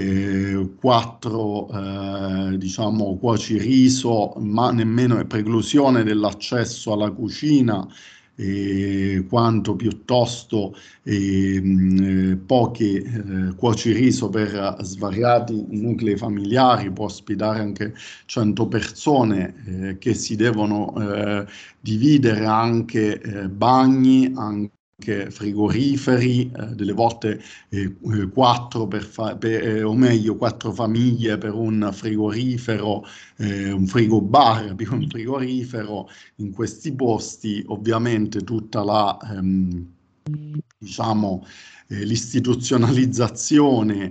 4 diciamo cuociriso, ma nemmeno preclusione dell'accesso alla cucina, quanto piuttosto poche cuociriso per svariati nuclei familiari. Può ospitare anche 100 persone che si devono dividere anche bagni, anche frigoriferi, delle volte 4 o meglio 4 famiglie per un frigorifero, un frigobar più un frigorifero. In questi posti ovviamente tutta la diciamo, l'istituzionalizzazione,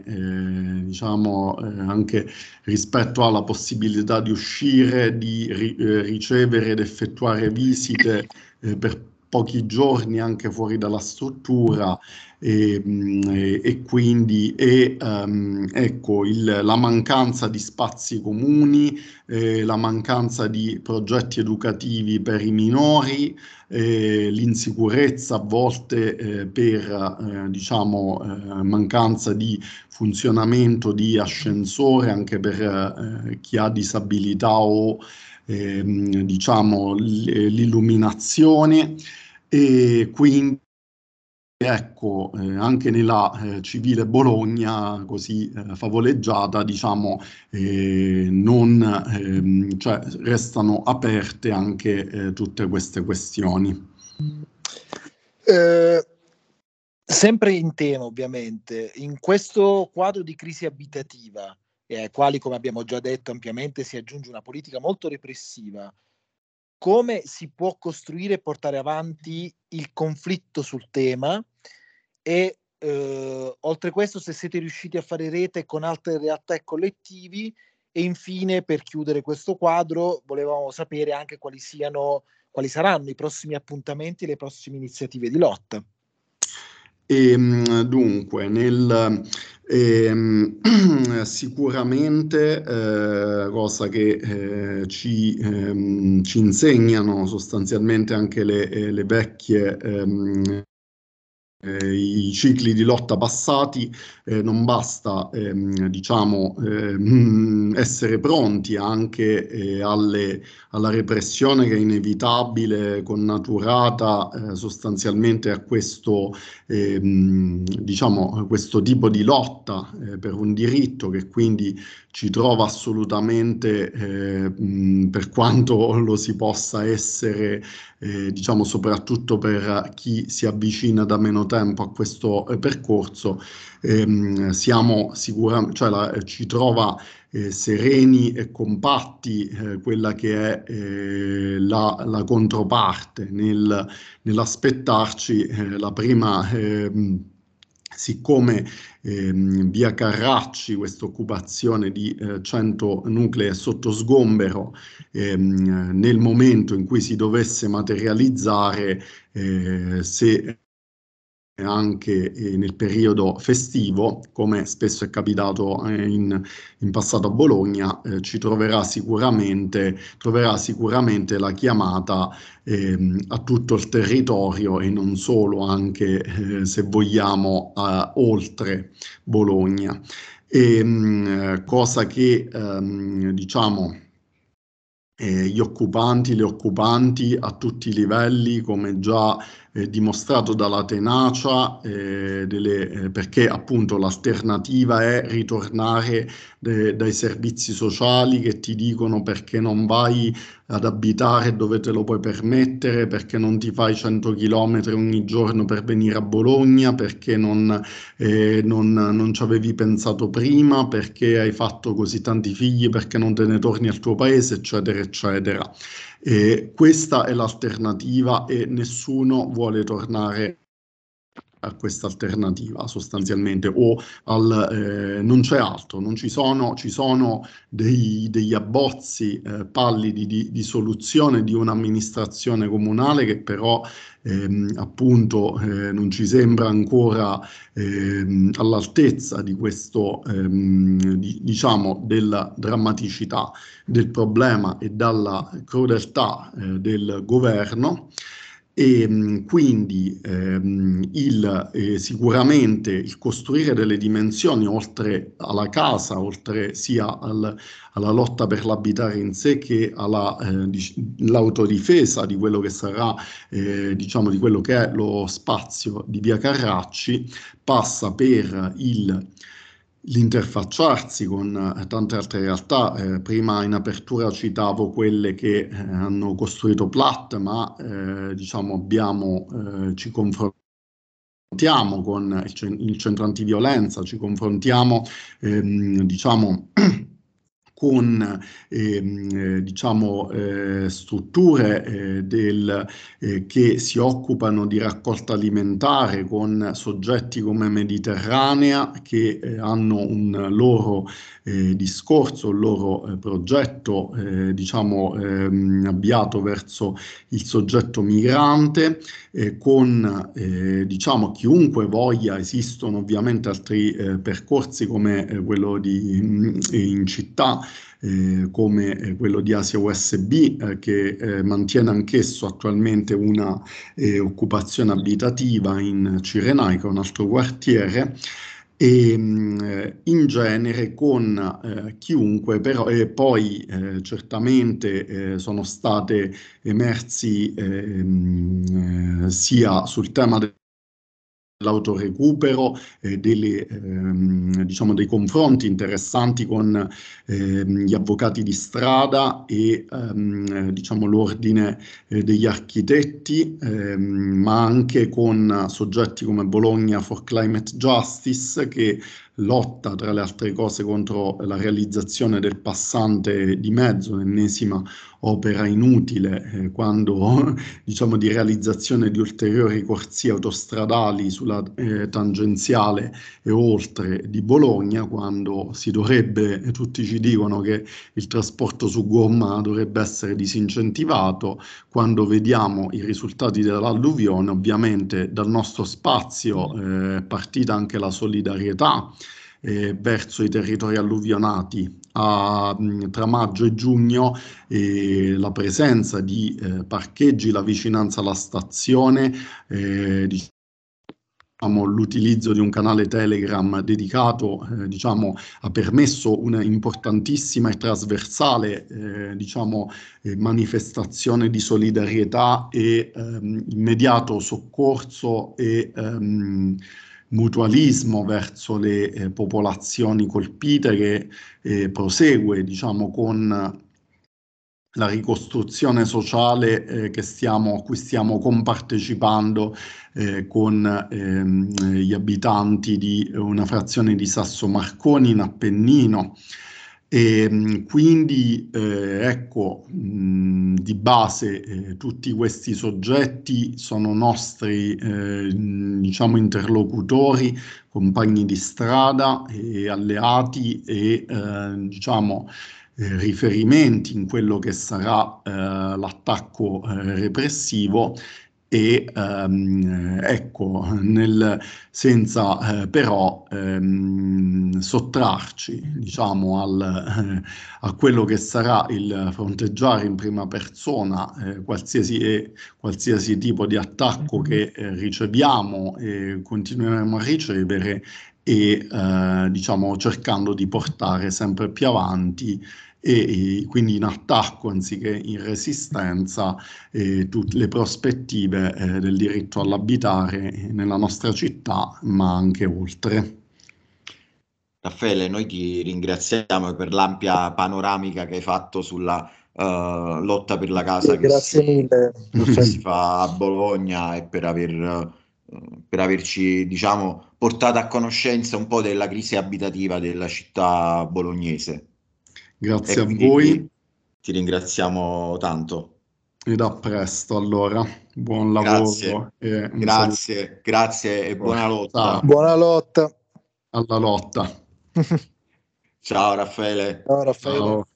anche rispetto alla possibilità di uscire, di ricevere ed effettuare visite per pochi giorni anche fuori dalla struttura, e quindi ecco, la mancanza di spazi comuni, la mancanza di progetti educativi per i minori, l'insicurezza a volte per mancanza di funzionamento di ascensore anche per chi ha disabilità o l'illuminazione, e quindi ecco, anche nella civile Bologna, così favoleggiata, cioè, restano aperte anche tutte queste questioni. Sempre in tema, ovviamente, in questo quadro di crisi abitativa, ai quali, come abbiamo già detto ampiamente, si aggiunge una politica molto repressiva, come si può costruire e portare avanti il conflitto sul tema e oltre questo se siete riusciti a fare rete con altre realtà e collettivi, e infine per chiudere questo quadro volevamo sapere anche quali saranno i prossimi appuntamenti e le prossime iniziative di lotta. Dunque, sicuramente cosa che ci insegnano sostanzialmente anche le vecchie i cicli di lotta passati, non basta essere pronti anche alla repressione che è inevitabile, connaturata sostanzialmente a questo questo tipo di lotta per un diritto che quindi ci trova assolutamente, per quanto lo si possa essere, soprattutto per chi si avvicina da meno tempo a questo percorso, siamo sicuramente, cioè ci trova sereni e compatti quella che è la controparte nell'aspettarci la prima. Siccome via Carracci, questa occupazione di 100 nuclei è sotto sgombero, nel momento in cui si dovesse materializzare, se anche nel periodo festivo, come spesso è capitato in passato a Bologna, troverà sicuramente la chiamata a tutto il territorio e non solo, anche se vogliamo oltre Bologna. Cosa che gli occupanti, le occupanti a tutti i livelli, come già dimostrato dalla tenacia, perché appunto l'alternativa è ritornare dai servizi sociali che ti dicono perché non vai ad abitare dove te lo puoi permettere, perché non ti fai 100 chilometri ogni giorno per venire a Bologna, perché non ci avevi pensato prima, perché hai fatto così tanti figli, perché non te ne torni al tuo paese, eccetera, eccetera. Questa è l'alternativa e nessuno vuole tornare a questa alternativa sostanzialmente, o non c'è altro, non ci sono degli abbozzi pallidi di soluzione di un'amministrazione comunale che però appunto non ci sembra ancora all'altezza di questo della drammaticità del problema e dalla crudeltà del governo. E quindi sicuramente il costruire delle dimensioni oltre alla casa, oltre sia alla lotta per l'abitare in sé che all'autodifesa di quello che sarà, di quello che è lo spazio di via Carracci, passa per l'interfacciarsi con tante altre realtà. Prima in apertura citavo quelle che hanno costruito Platt, ma ci confrontiamo con il centro antiviolenza, ci confrontiamo con diciamo, strutture che si occupano di raccolta alimentare, con soggetti come Mediterranea che hanno un loro discorso, un loro progetto diciamo, avviato verso il soggetto migrante, con diciamo, chiunque voglia. Esistono ovviamente altri percorsi come quello in città, come quello di Asia USB, che mantiene anch'esso attualmente una occupazione abitativa in Cirenaica, un altro quartiere, e in genere con chiunque, però, e poi certamente sono state emersi sia sul tema dell'autorecupero, diciamo, dei confronti interessanti con gli avvocati di strada e diciamo, l'ordine degli architetti, ma anche con soggetti come Bologna for Climate Justice, che lotta tra le altre cose contro la realizzazione del passante di mezzo, l'ennesima opera inutile, quando diciamo di realizzazione di ulteriori corsie autostradali sulla tangenziale e oltre di Bologna, quando si dovrebbe, tutti ci dicono che il trasporto su gomma dovrebbe essere disincentivato. Quando vediamo i risultati dell'alluvione, ovviamente dal nostro spazio è partita anche la solidarietà verso i territori alluvionati. Tra maggio e giugno la presenza di parcheggi, la vicinanza alla stazione, diciamo, l'utilizzo di un canale Telegram dedicato, diciamo, ha permesso una importantissima e trasversale, diciamo, manifestazione di solidarietà e immediato soccorso e mutualismo verso le popolazioni colpite, che prosegue, diciamo, con la ricostruzione sociale a cui stiamo compartecipando con gli abitanti di una frazione di Sasso Marconi in Appennino. E quindi ecco, di base tutti questi soggetti sono nostri diciamo, interlocutori, compagni di strada e alleati e diciamo riferimenti in quello che sarà l'attacco repressivo. E ecco, senza però sottrarci, diciamo, a quello che sarà il fronteggiare in prima persona qualsiasi tipo di attacco che riceviamo e continueremo a ricevere, e diciamo, cercando di portare sempre più avanti e quindi in attacco anziché in resistenza tutte le prospettive del diritto all'abitare nella nostra città, ma anche oltre. Raffaele, noi ti ringraziamo per l'ampia panoramica che hai fatto sulla lotta per la casa Grazie mille. che si fa a Bologna, e per averci, diciamo, portato a conoscenza un po' della crisi abitativa della città bolognese. Grazie E a quindi voi ti ringraziamo tanto. ed a presto allora. Buon Grazie, lavoro e un saluto. grazie e buona lotta. Ciao. Buona lotta. Alla lotta. Ciao Raffaele. Ciao Raffaele. Ciao.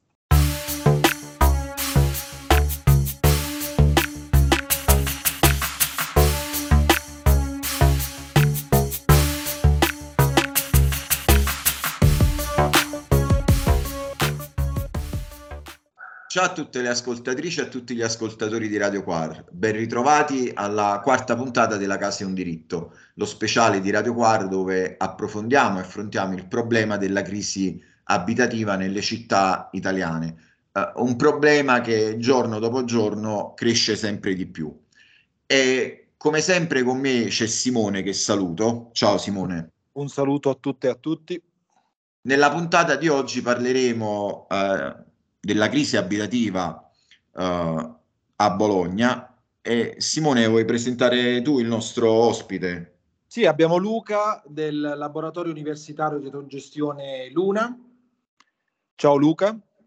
Ciao a tutte le ascoltatrici e a tutti gli ascoltatori di Radio Quar, ben ritrovati alla quarta puntata della Casa è un diritto, lo speciale di Radio Quar dove approfondiamo e affrontiamo il problema della crisi abitativa nelle città italiane, un problema che giorno dopo giorno cresce sempre di più. E come sempre con me c'è Simone, che saluto. Ciao Simone. Un saluto a tutte e a tutti. Nella puntata di oggi parleremo della crisi abitativa a Bologna, e Simone, vuoi presentare tu il nostro ospite? Sì, abbiamo Luca del laboratorio universitario di autogestione Luna. Ciao Luca.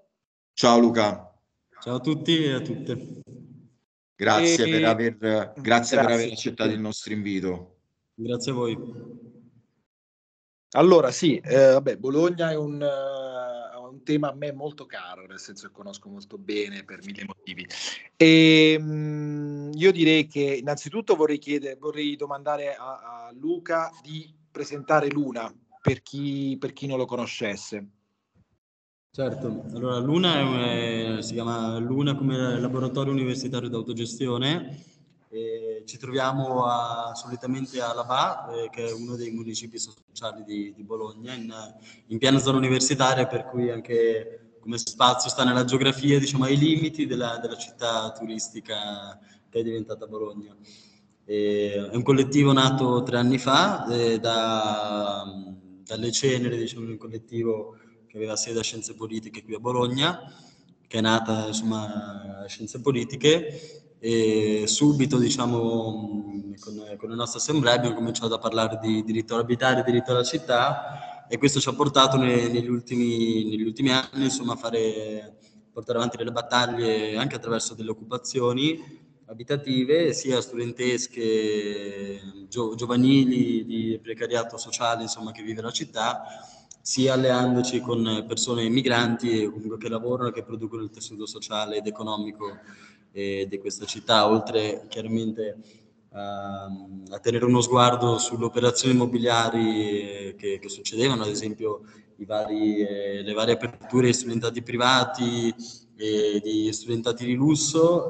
Ciao Luca. Ciao a tutti e a tutte. Grazie per aver accettato il nostro invito. Grazie a voi. Allora sì, vabbè, Bologna è un tema a me molto caro, nel senso che conosco molto bene per mille motivi. E io direi che innanzitutto vorrei domandare a Luca di presentare Luna per chi non lo conoscesse. Certo, allora Luna si chiama Luna come laboratorio universitario d'autogestione. Ci troviamo solitamente a Labà, che è uno dei municipi sociali di Bologna, in piena zona universitaria, per cui anche come spazio sta nella geografia, diciamo, ai limiti della città turistica che è diventata Bologna. È un collettivo nato 3 anni fa, dalle ceneri, diciamo, un collettivo che aveva sede a Scienze Politiche qui a Bologna, che è nata insomma a Scienze Politiche, e subito, diciamo, con la nostra assemblea abbiamo cominciato a parlare di diritto all'abitare, diritto alla città, e questo ci ha portato negli ultimi anni, insomma, a portare avanti delle battaglie anche attraverso delle occupazioni abitative, sia studentesche, giovanili, di precariato sociale, insomma, che vive la città, sia alleandoci con persone migranti comunque che lavorano e che producono il tessuto sociale ed economico di questa città, oltre chiaramente a tenere uno sguardo sulle operazioni immobiliari che succedevano, ad esempio le varie aperture di studentati privati e di studentati di lusso,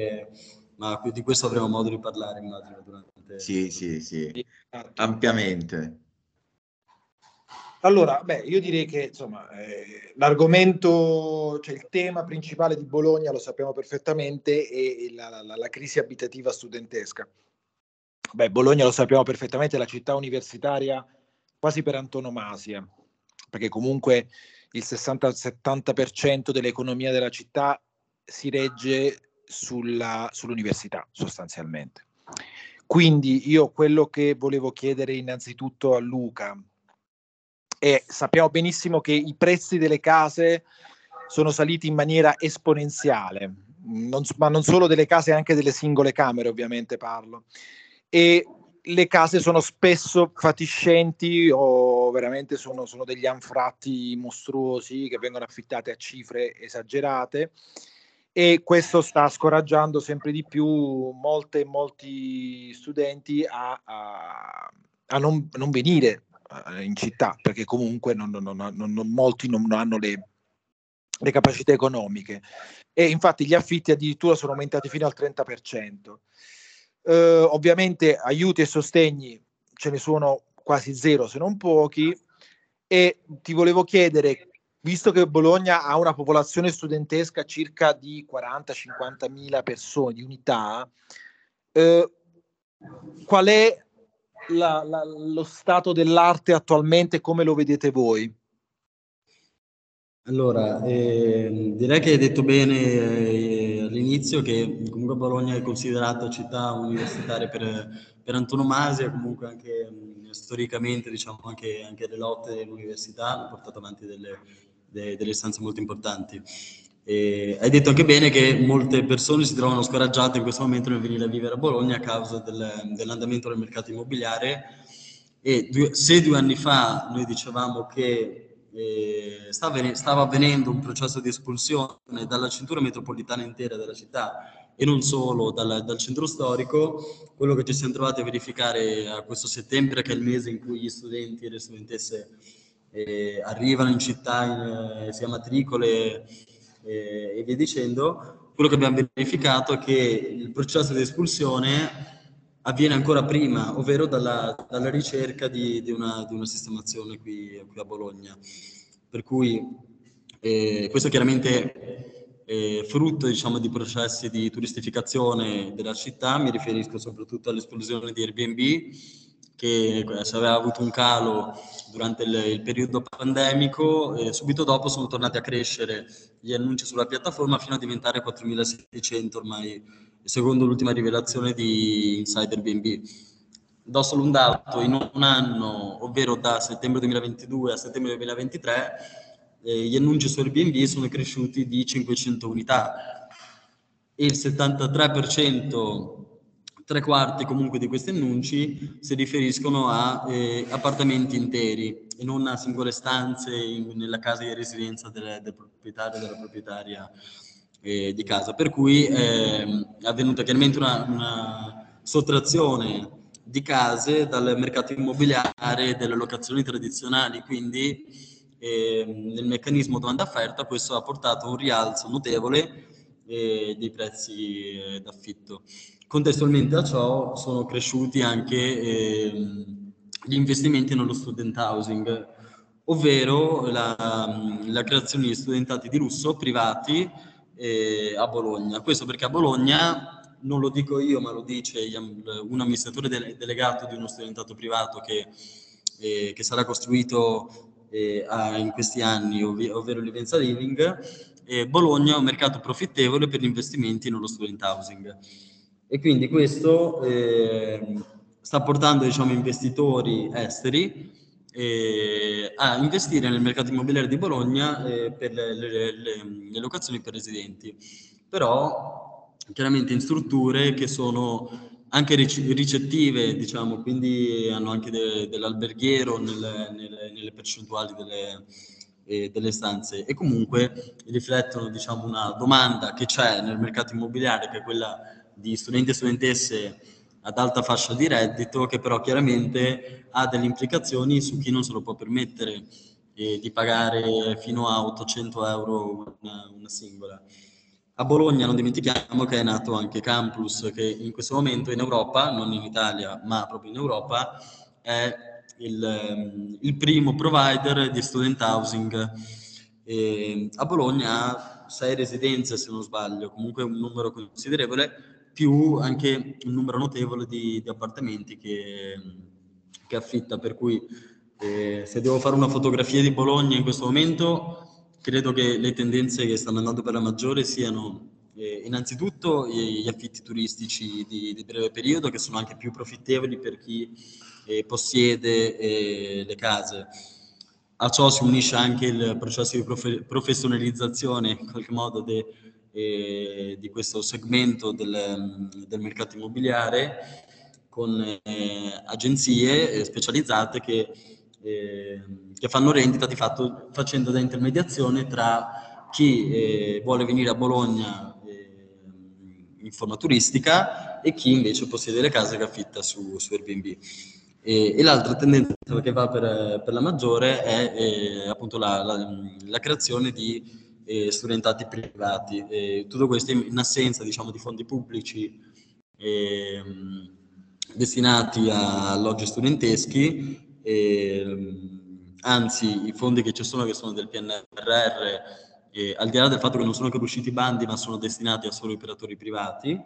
ma di questo avremo modo di parlare, immagino, durante... Sì, ampiamente. Allora, io direi che insomma l'argomento, cioè il tema principale di Bologna, lo sappiamo perfettamente, è la crisi abitativa studentesca. Bologna, lo sappiamo perfettamente, è la città universitaria quasi per antonomasia, perché comunque il 60-70% dell'economia della città si regge sull'università, sostanzialmente. Quindi io quello che volevo chiedere innanzitutto a Luca, e sappiamo benissimo che i prezzi delle case sono saliti in maniera esponenziale, ma non solo delle case, anche delle singole camere, ovviamente parlo, e le case sono spesso fatiscenti o veramente sono degli anfratti mostruosi che vengono affittate a cifre esagerate, e questo sta scoraggiando sempre di più molti studenti a non venire in città, perché comunque molti non hanno le capacità economiche, e infatti gli affitti addirittura sono aumentati fino al 30%. Ovviamente aiuti e sostegni ce ne sono quasi zero, se non pochi, e ti volevo chiedere, visto che Bologna ha una popolazione studentesca circa di 40-50 mila persone, di unità, qual è lo stato dell'arte attualmente, come lo vedete voi? Allora, direi che hai detto bene all'inizio che comunque Bologna è considerata città universitaria per antonomasia, comunque anche storicamente, diciamo, anche le lotte dell'università hanno portato avanti delle istanze molto importanti. Hai detto anche bene che molte persone si trovano scoraggiate in questo momento nel venire a vivere a Bologna a causa dell'andamento del mercato immobiliare, e se 2 anni fa noi dicevamo che stava avvenendo un processo di espulsione dalla cintura metropolitana intera della città e non solo dal centro storico, quello che ci siamo trovati a verificare a questo settembre, che è il mese in cui gli studenti e le studentesse arrivano in città, sia matricole e via dicendo, quello che abbiamo verificato è che il processo di espulsione avviene ancora prima, ovvero dalla ricerca di una sistemazione qui a Bologna. Per cui questo chiaramente è frutto, diciamo, di processi di turistificazione della città. Mi riferisco soprattutto all'esplosione di Airbnb, che se aveva avuto un calo durante il periodo pandemico, e subito dopo sono tornati a crescere gli annunci sulla piattaforma fino a diventare 4.600 ormai, secondo l'ultima rivelazione di Insider Airbnb. Do solo un dato: in un anno, ovvero da settembre 2022 a settembre 2023, gli annunci su Airbnb sono cresciuti di 500 unità e il 73%, tre quarti comunque di questi annunci si riferiscono a appartamenti interi e non a singole stanze nella casa di residenza del proprietario o della proprietaria di casa, per cui è avvenuta chiaramente una sottrazione di case dal mercato immobiliare delle locazioni tradizionali, quindi nel meccanismo domanda-offerta questo ha portato a un rialzo notevole dei prezzi d'affitto. Contestualmente a ciò sono cresciuti anche gli investimenti nello student housing, ovvero la creazione di studentati di lusso privati a Bologna. Questo perché a Bologna, non lo dico io, ma lo dice un amministratore delegato di uno studentato privato che sarà costruito in questi anni, ovvero l'Ivenza Living. Bologna è un mercato profittevole per gli investimenti nello student housing. E quindi questo sta portando, diciamo, investitori esteri a investire nel mercato immobiliare di Bologna per le locazioni per residenti, però chiaramente in strutture che sono anche ricettive, diciamo, quindi hanno anche dell'alberghiero nelle percentuali delle stanze e comunque riflettono, diciamo, una domanda che c'è nel mercato immobiliare, che è quella di studenti e studentesse ad alta fascia di reddito, che però chiaramente ha delle implicazioni su chi non se lo può permettere di pagare fino a 800 euro una singola. A Bologna non dimentichiamo che è nato anche Camplus, che in questo momento in Europa, non in Italia ma proprio in Europa, è il primo provider di student housing. A Bologna ha 6 residenze, se non sbaglio, comunque un numero considerevole, più anche un numero notevole di appartamenti che affitta, per cui se devo fare una fotografia di Bologna in questo momento, credo che le tendenze che stanno andando per la maggiore siano innanzitutto gli affitti turistici di breve periodo, che sono anche più profittevoli per chi possiede le case. A ciò si unisce anche il processo di professionalizzazione in qualche modo di questo segmento del mercato immobiliare, con agenzie specializzate che fanno rendita di fatto facendo da intermediazione tra chi vuole venire a Bologna in forma turistica e chi invece possiede le case che affitta su Airbnb. E l'altra tendenza che va per la maggiore è appunto la creazione di studentati privati. Tutto questo in assenza, diciamo, di fondi pubblici destinati a alloggi studenteschi, anzi i fondi che ci sono, che sono del PNRR, al di là del fatto che non sono ancora usciti i bandi, ma sono destinati a solo operatori privati.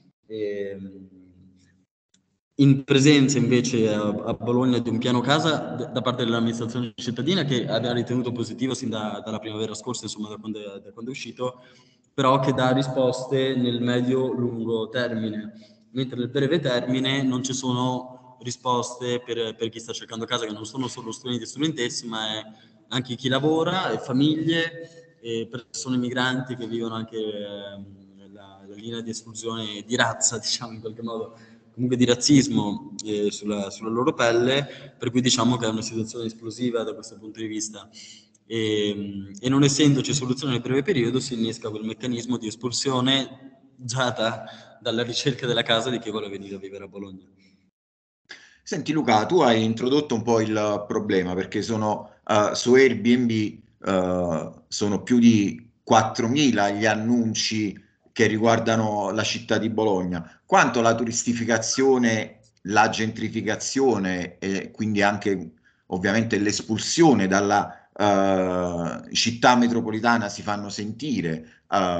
In presenza invece a Bologna di un piano casa da parte dell'amministrazione cittadina, che aveva ritenuto positivo sin dalla primavera scorsa, insomma da quando è uscito, però che dà risposte nel medio-lungo termine, mentre nel breve termine non ci sono risposte per chi sta cercando casa, che non sono solo studenti e studentesse, ma è anche chi lavora, e famiglie, e persone migranti che vivono anche la linea di esclusione di razza, diciamo in qualche modo, comunque di razzismo sulla loro pelle, per cui diciamo che è una situazione esplosiva da questo punto di vista. E non essendoci soluzione nel breve periodo si innesca quel meccanismo di espulsione già dalla ricerca della casa di chi vuole venire a vivere a Bologna. Senti Luca, tu hai introdotto un po' il problema perché sono su Airbnb sono più di 4.000 gli annunci che riguardano la città di Bologna, quanto la turistificazione, la gentrificazione e quindi anche ovviamente l'espulsione dalla città metropolitana si fanno sentire,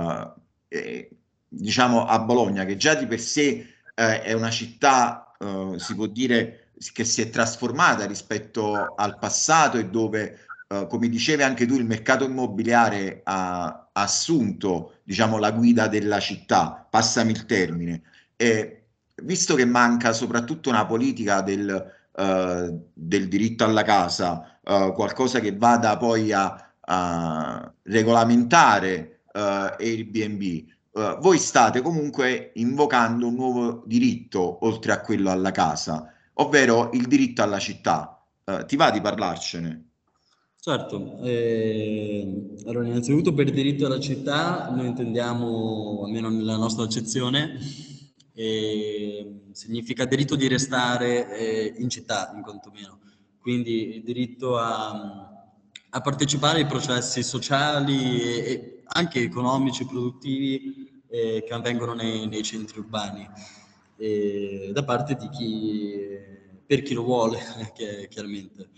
diciamo a Bologna, che già di per sé è una città, si può dire, che si è trasformata rispetto al passato e dove, come dicevi anche tu, il mercato immobiliare ha assunto, diciamo, la guida della città, passami il termine. E visto che manca soprattutto una politica del diritto alla casa, qualcosa che vada poi a regolamentare Airbnb, voi state comunque invocando un nuovo diritto oltre a quello alla casa, ovvero il diritto alla città. Ti va di parlarcene? Certo, allora innanzitutto per diritto alla città noi intendiamo, almeno nella nostra accezione, significa diritto di restare in città, in quanto meno, quindi il diritto a partecipare ai processi sociali e anche economici, produttivi che avvengono nei centri urbani, da parte di per chi lo vuole, chiaramente.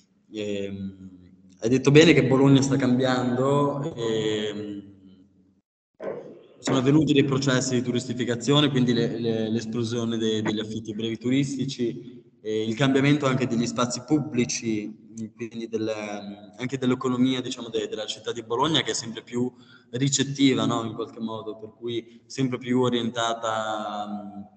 Hai detto bene che Bologna sta cambiando, sono avvenuti dei processi di turistificazione, quindi l'esplosione degli affitti brevi turistici, il cambiamento anche degli spazi pubblici, quindi anche dell'economia, diciamo, della città di Bologna, che è sempre più ricettiva, no? In qualche modo, per cui sempre più orientata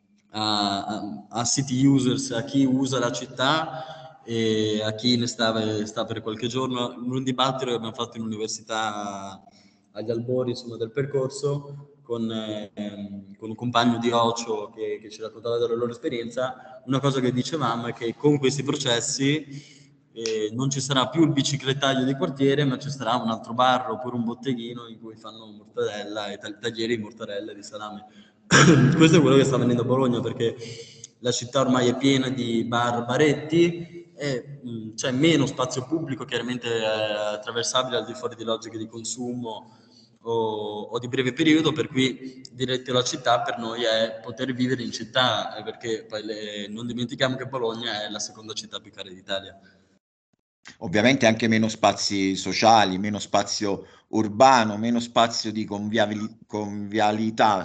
a city users, a chi usa la città e a chi ne sta per qualche giorno. In un dibattito che abbiamo fatto in università agli albori, insomma, del percorso con un compagno di Ocio che ci raccontava della loro esperienza, una cosa che dicevamo è che con questi processi non ci sarà più il biciclettaio di quartiere, ma ci sarà un altro bar oppure un botteghino in cui fanno mortadella e taglieri di mortadella e di salame. Questo è quello che sta avvenendo a Bologna, perché la città ormai è piena di bar, baretti, e c'è meno spazio pubblico, chiaramente attraversabile al di fuori di logiche di consumo o di breve periodo, per cui diretto alla città per noi è poter vivere in città, perché poi non dimentichiamo che Bologna è la seconda città più cara d'Italia. Ovviamente anche meno spazi sociali, meno spazio urbano, meno spazio di convivialità,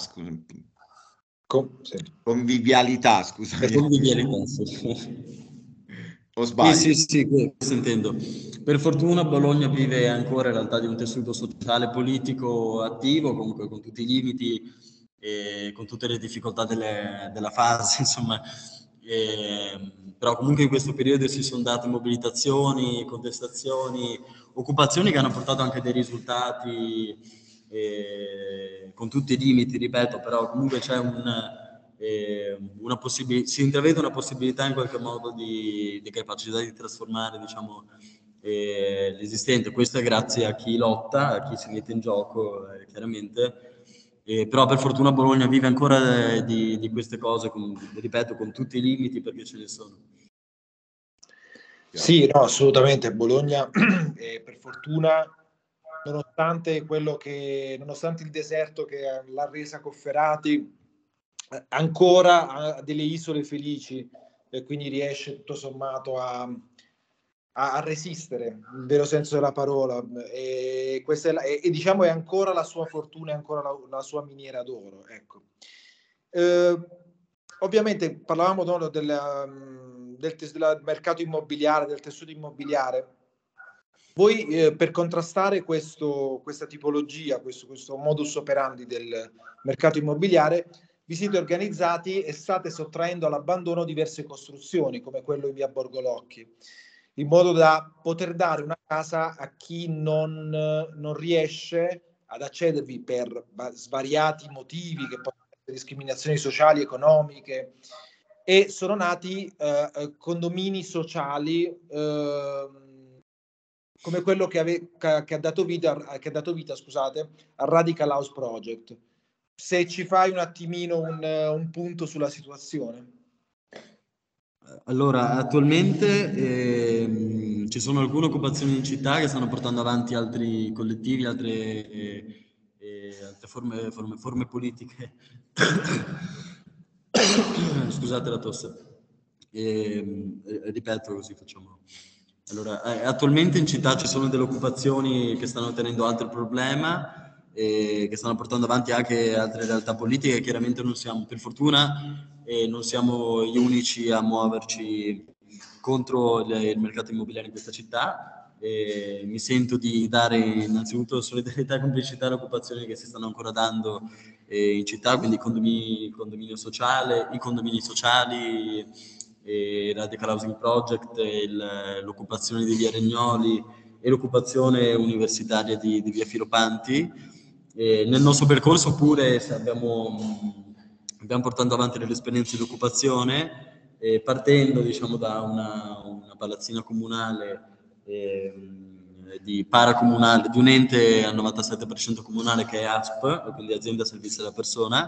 Sì. convivialità, scusami. Convivialità, sì. O sbaglio? Sì, questo intendo. Per fortuna Bologna vive ancora in realtà di un tessuto sociale politico attivo, comunque con tutti i limiti e con tutte le difficoltà della fase, insomma. Però comunque in questo periodo si sono date mobilitazioni, contestazioni, occupazioni che hanno portato anche dei risultati con tutti i limiti, ripeto, però comunque c'è si intravede una possibilità in qualche modo di capacità di trasformare, diciamo, l'esistente. Questo è grazie a chi lotta, a chi si mette in gioco, chiaramente. Però per fortuna Bologna vive ancora di queste cose, ripeto, con tutti i limiti, perché ce ne sono. Sì, no, assolutamente. Bologna, per fortuna, nonostante il deserto che l'ha resa Cofferati, ancora ha delle isole felici e quindi riesce tutto sommato a resistere, nel vero senso della parola. E diciamo è ancora la sua fortuna, è ancora la sua miniera d'oro. Ecco. Ovviamente parlavamo del mercato immobiliare, del tessuto immobiliare. Voi per contrastare questa tipologia, questo modus operandi del mercato immobiliare, vi siete organizzati e state sottraendo all'abbandono diverse costruzioni, come quello in via Borgolocchi, in modo da poter dare una casa a chi non riesce ad accedervi per svariati motivi, che possono essere discriminazioni sociali, economiche, e sono nati condomini sociali come quello che ha dato vita, scusate, al Radical House Project. Se ci fai un attimino un punto sulla situazione. Allora, attualmente ci sono alcune occupazioni in città che stanno portando avanti altri collettivi, altre forme politiche. Scusate la tosse. Ripeto, così facciamo. Allora, attualmente in città ci sono delle occupazioni che stanno tenendo altro problema e che stanno portando avanti anche altre realtà politiche. Chiaramente non siamo, per fortuna, non siamo gli unici a muoverci contro il mercato immobiliare in questa città. Mi sento di dare innanzitutto solidarietà e complicità alle occupazioni che si stanno ancora dando in città, quindi i condomini sociali, Radical Housing Project, l'occupazione di Via Regnoli e l'occupazione universitaria di via Filopanti. Nel nostro percorso pure abbiamo portato avanti delle esperienze di occupazione, partendo diciamo da una palazzina comunale di paracomunale, di un ente al 97% comunale che è ASP, quindi Azienda Servizio della Persona,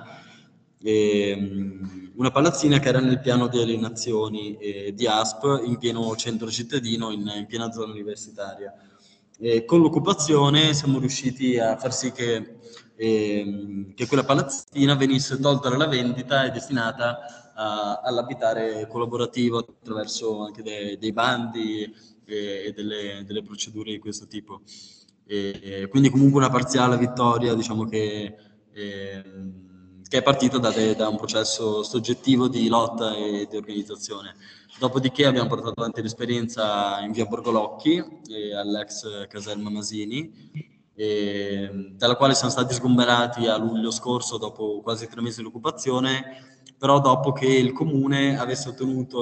una palazzina che era nel piano di alienazioni di ASP in pieno centro cittadino, in piena zona universitaria. Con l'occupazione siamo riusciti a far sì che quella palazzina venisse tolta dalla vendita e destinata all'abitare collaborativo attraverso anche dei bandi e delle procedure di questo tipo. Quindi comunque una parziale vittoria, diciamo che è partita da un processo soggettivo di lotta e di organizzazione. Dopodiché abbiamo portato avanti l'esperienza in via Borgolocchi, all'ex caserma Masini, dalla quale siamo stati sgomberati a luglio scorso dopo quasi 3 mesi di occupazione, però dopo che il comune avesse ottenuto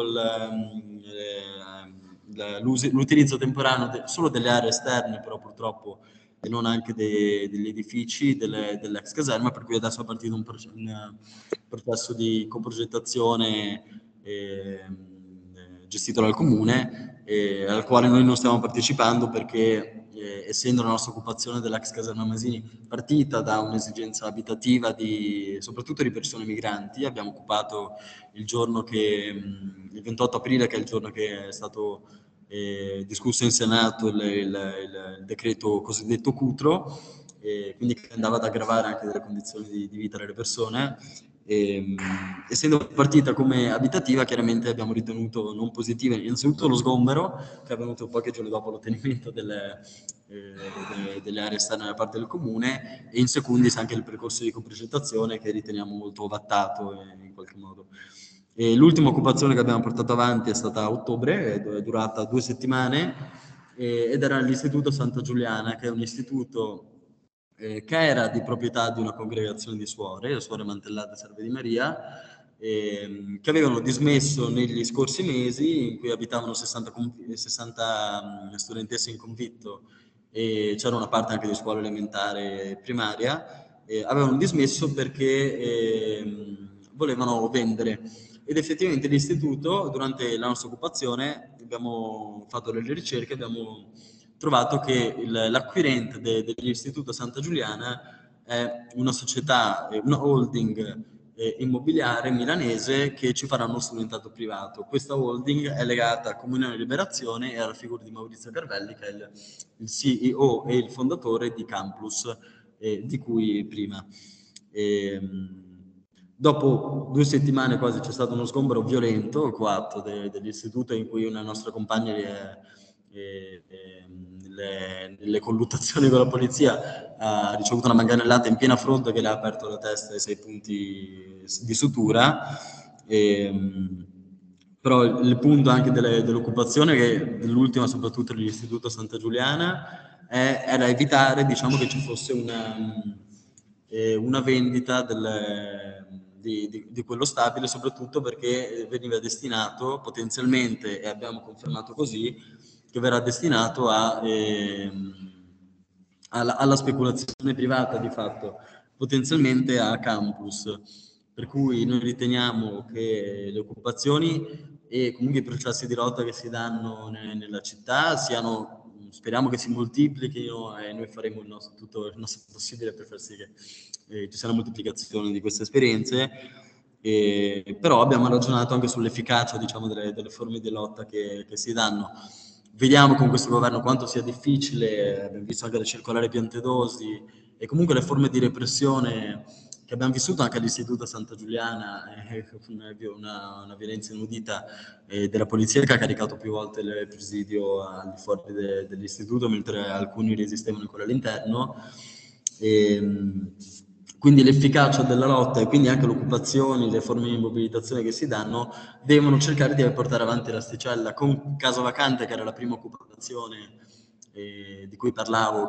l'utilizzo temporaneo solo delle aree esterne, però purtroppo e non anche degli edifici dell'ex caserma, per cui adesso è partito un processo di coprogettazione gestito dal comune, al quale noi non stiamo partecipando perché essendo la nostra occupazione dell'ex caserma Masini partita da un'esigenza abitativa soprattutto di persone migranti, abbiamo occupato il 28 aprile, che è il giorno che è stato discusso in Senato il decreto cosiddetto Cutro, quindi che andava ad aggravare anche delle condizioni di vita delle persone. Essendo partita come abitativa, chiaramente abbiamo ritenuto non positive innanzitutto lo sgombero che è avvenuto pochi giorni dopo l'ottenimento delle aree esterne da parte del comune, e in secundis anche il percorso di coprogettazione che riteniamo molto ovattato in qualche modo. L'ultima occupazione che abbiamo portato avanti è stata a ottobre, è durata 2 settimane, ed era l'Istituto Santa Giuliana, che è un istituto che era di proprietà di una congregazione di suore, le Suore Mantellate Serve di Maria, che avevano dismesso negli scorsi mesi, in cui abitavano 60 studentesse in conflitto e c'era una parte anche di scuola elementare e primaria, avevano dismesso perché volevano vendere. Ed effettivamente l'istituto, durante la nostra occupazione, abbiamo fatto delle ricerche, abbiamo trovato che l'acquirente dell'Istituto Santa Giuliana è una società, una holding immobiliare milanese che ci farà uno strumentato privato. Questa holding è legata a Comunione e Liberazione e alla figura di Maurizio Carvelli, che è il CEO e il fondatore di Campus, di cui prima. Dopo 2 settimane quasi c'è stato uno sgombero violento, coatto dell'istituto, in cui una nostra compagna nelle colluttazioni con la polizia ha ricevuto una manganellata in piena fronte che le ha aperto la testa ai 6 punti di sutura. Però il punto anche dell'occupazione, che dell'ultima soprattutto dell'Istituto Santa Giuliana, era evitare, diciamo, che ci fosse una vendita di quello stabile, soprattutto perché veniva destinato potenzialmente, e abbiamo confermato così, che verrà destinato alla speculazione privata, di fatto, potenzialmente a Campus. Per cui noi riteniamo che le occupazioni e comunque i processi di lotta che si danno nella città speriamo che si moltiplichino, e noi faremo tutto il nostro possibile per far sì che ci sia una moltiplicazione di queste esperienze. Però abbiamo ragionato anche sull'efficacia, diciamo, delle forme di lotta che si danno. Vediamo con questo governo quanto sia difficile, abbiamo visto anche le circolari Piantedosi e comunque le forme di repressione che abbiamo vissuto anche all'Istituto Santa Giuliana, una violenza inaudita della polizia che ha caricato più volte il presidio al di fuori dell'istituto, mentre alcuni resistevano ancora all'interno. Quindi l'efficacia della lotta e quindi anche l'occupazione, le forme di mobilitazione che si danno, devono cercare di portare avanti l'asticella. Con Caso Vacante, che era la prima occupazione di cui parlavo,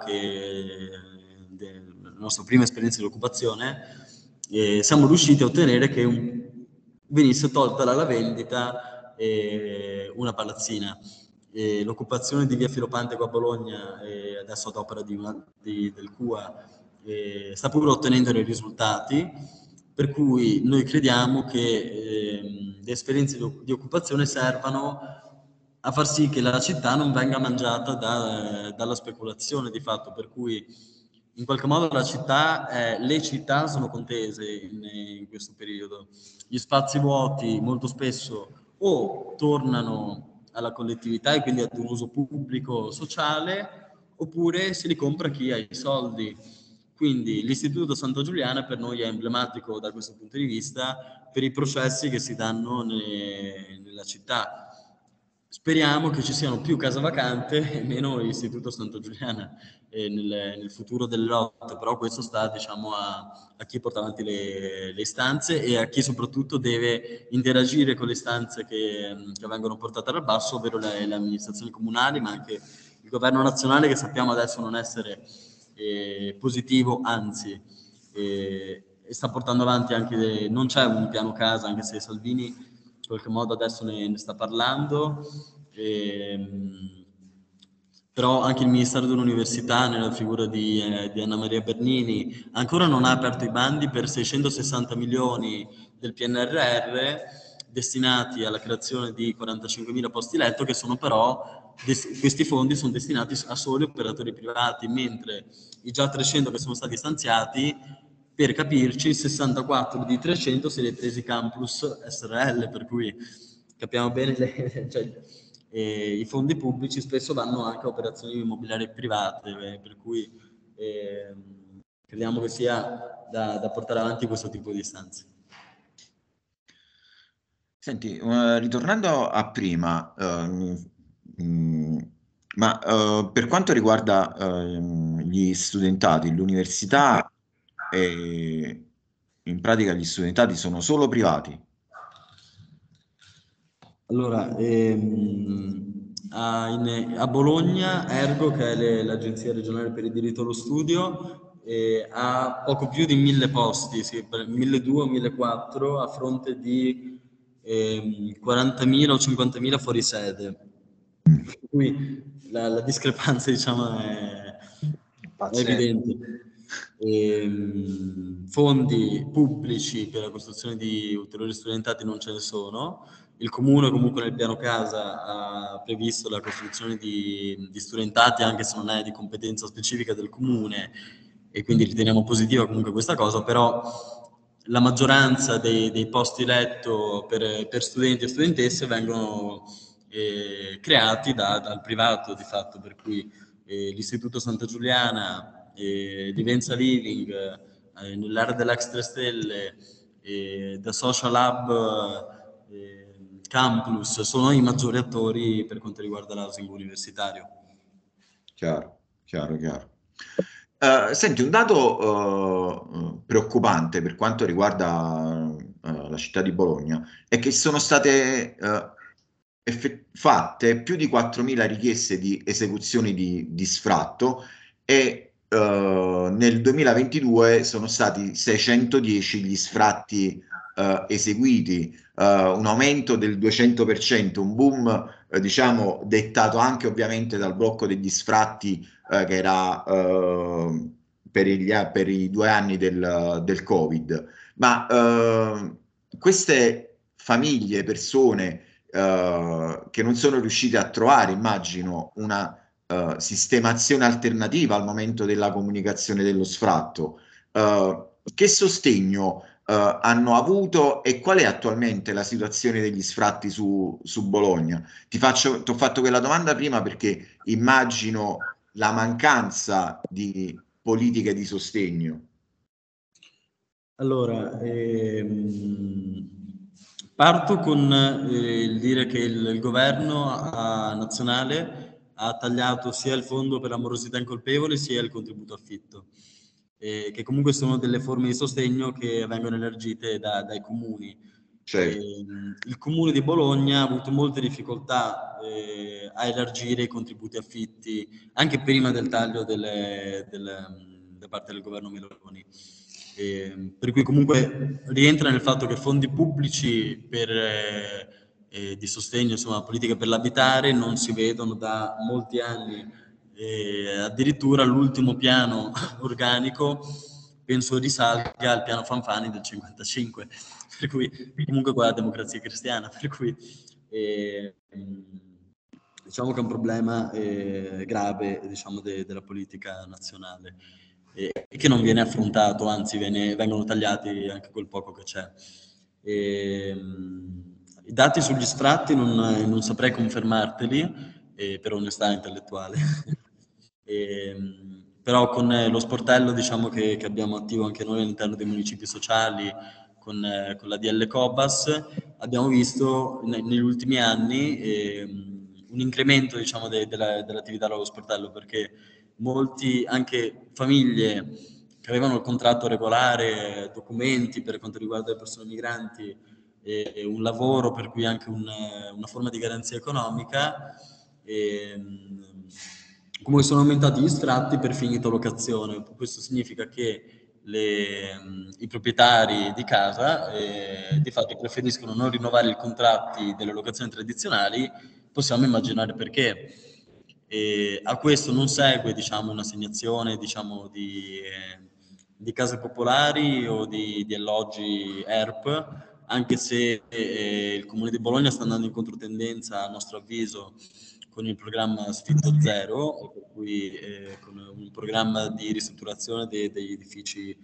la nostra prima esperienza di occupazione, siamo riusciti a ottenere che venisse tolta dalla vendita una palazzina. l'occupazione di via Filopanteco a Bologna, adesso ad opera del CUA, sta pure ottenendo dei risultati, per cui noi crediamo che le esperienze di occupazione servano a far sì che la città non venga mangiata dalla speculazione di fatto, per cui in qualche modo le città sono contese in questo periodo. Gli spazi vuoti molto spesso o tornano alla collettività e quindi ad un uso pubblico sociale, oppure se li compra chi ha i soldi. Quindi l'Istituto Santa Giuliana per noi è emblematico da questo punto di vista per i processi che si danno nella città. Speriamo che ci siano più casa vacante e meno Istituto Santa Giuliana nel futuro delle lotte, però questo sta, diciamo, a chi porta avanti le istanze e a chi soprattutto deve interagire con le istanze che vengono portate dal basso, ovvero le amministrazioni comunali, ma anche il governo nazionale, che sappiamo adesso non essere positivo, anzi, e sta portando avanti anche non c'è un piano casa, anche se Salvini in qualche modo adesso ne sta parlando, però anche il Ministero dell'Università, nella figura di Anna Maria Bernini, ancora non ha aperto i bandi per 660 milioni del PNRR destinati alla creazione di 45.000 posti letto, che sono però, questi fondi sono destinati a soli operatori privati, mentre i già 300 che sono stati stanziati, per capirci, 64 di 300 se li è presi Campus SRL, per cui capiamo bene, cioè, i fondi pubblici spesso vanno anche a operazioni immobiliari private, per cui crediamo che sia da portare avanti questo tipo di istanze. Senti, ritornando a prima, ma per quanto riguarda gli studentati, l'università, in pratica gli studentati sono solo privati? Allora, a Bologna, Ergo, che è l'Agenzia regionale per il diritto allo studio, ha poco più di 1.000 posti, sì, 1.200 o 1.400 a fronte di 40.000 o 50.000 fuori sede. Per cui la discrepanza, diciamo, è evidente. Fondi pubblici per la costruzione di ulteriori studentati non ce ne sono. Il comune comunque nel piano casa ha previsto la costruzione di studentati, anche se non è di competenza specifica del comune, e quindi riteniamo positiva comunque questa cosa, però la maggioranza dei posti letto per studenti e studentesse vengono creati dal privato di fatto, per cui l'Istituto Santa Giuliana, Divenza Living, nell'area dell'Ex Tre Stelle, The Social Hub, Campus sono i maggiori attori per quanto riguarda l'housing universitario. Chiaro, chiaro, chiaro. Senti, un dato preoccupante per quanto riguarda la città di Bologna è che sono state fatte più di 4.000 richieste di esecuzioni di sfratto e nel 2022 sono stati 610 gli sfratti eseguiti, un aumento del 200%, un boom diciamo dettato anche ovviamente dal blocco degli sfratti che era per i 2 anni del Covid. Ma queste famiglie, persone che non sono riuscite a trovare, immagino, una sistemazione alternativa al momento della comunicazione dello sfratto, che sostegno hanno avuto e qual è attualmente la situazione degli sfratti su Bologna? Ti ho fatto quella domanda prima perché immagino la mancanza di politiche di sostegno. Allora, parto con il dire che il governo nazionale ha tagliato sia il fondo per la morosità incolpevole sia il contributo affitto, che comunque sono delle forme di sostegno che vengono elargite dai comuni. Certo. Il comune di Bologna ha avuto molte difficoltà a elargire i contributi affitti anche prima del taglio da parte del governo Meloni. Per cui comunque rientra nel fatto che fondi pubblici per di sostegno, insomma, politiche per l'abitare non si vedono da molti anni. Addirittura l'ultimo piano organico penso risalga al piano Fanfani del 55, per cui comunque qua la Democrazia Cristiana, per cui diciamo che è un problema grave, diciamo, della politica nazionale e che non viene affrontato, anzi vengono tagliati anche quel poco che c'è. I dati sugli sfratti non saprei confermarteli per onestà intellettuale. Però con lo sportello, diciamo, che abbiamo attivo anche noi all'interno dei municipi sociali con la DL Cobas, abbiamo visto negli ultimi anni un incremento, diciamo, dell'attività dello sportello, perché molti, anche famiglie che avevano il contratto regolare, documenti per quanto riguarda le persone migranti, un lavoro per cui anche una forma di garanzia economica, come sono aumentati gli sfratti per finita locazione. Questo significa che i proprietari di casa di fatto preferiscono non rinnovare i contratti delle locazioni tradizionali. Possiamo immaginare perché. A questo non segue, diciamo, un'assegnazione, diciamo, di case popolari o di alloggi ERP, anche se il Comune di Bologna sta andando in controtendenza, a nostro avviso, con il programma Sfitto Zero, per cui con un programma di ristrutturazione degli edifici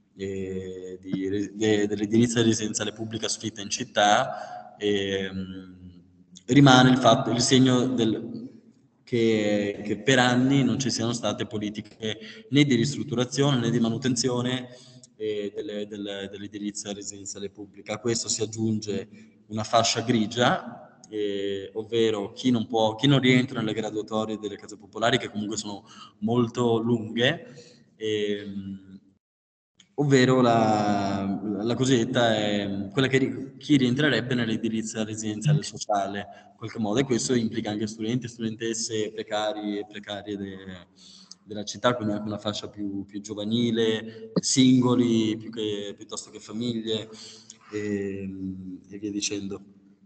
dell'edilizia residenziale pubblica sfitta in città. Rimane il segno che per anni non ci siano state politiche né di ristrutturazione né di manutenzione dell'edilizia residenziale pubblica. A questo si aggiunge una fascia grigia, ovvero chi non rientra nelle graduatorie delle case popolari, che comunque sono molto lunghe, ovvero la cosiddetta è quella che chi rientrerebbe nell'edilizia residenziale sociale in qualche modo, e questo implica anche studenti e studentesse precari e precarie della città, quindi anche una fascia più giovanile, singoli piuttosto che famiglie e via dicendo.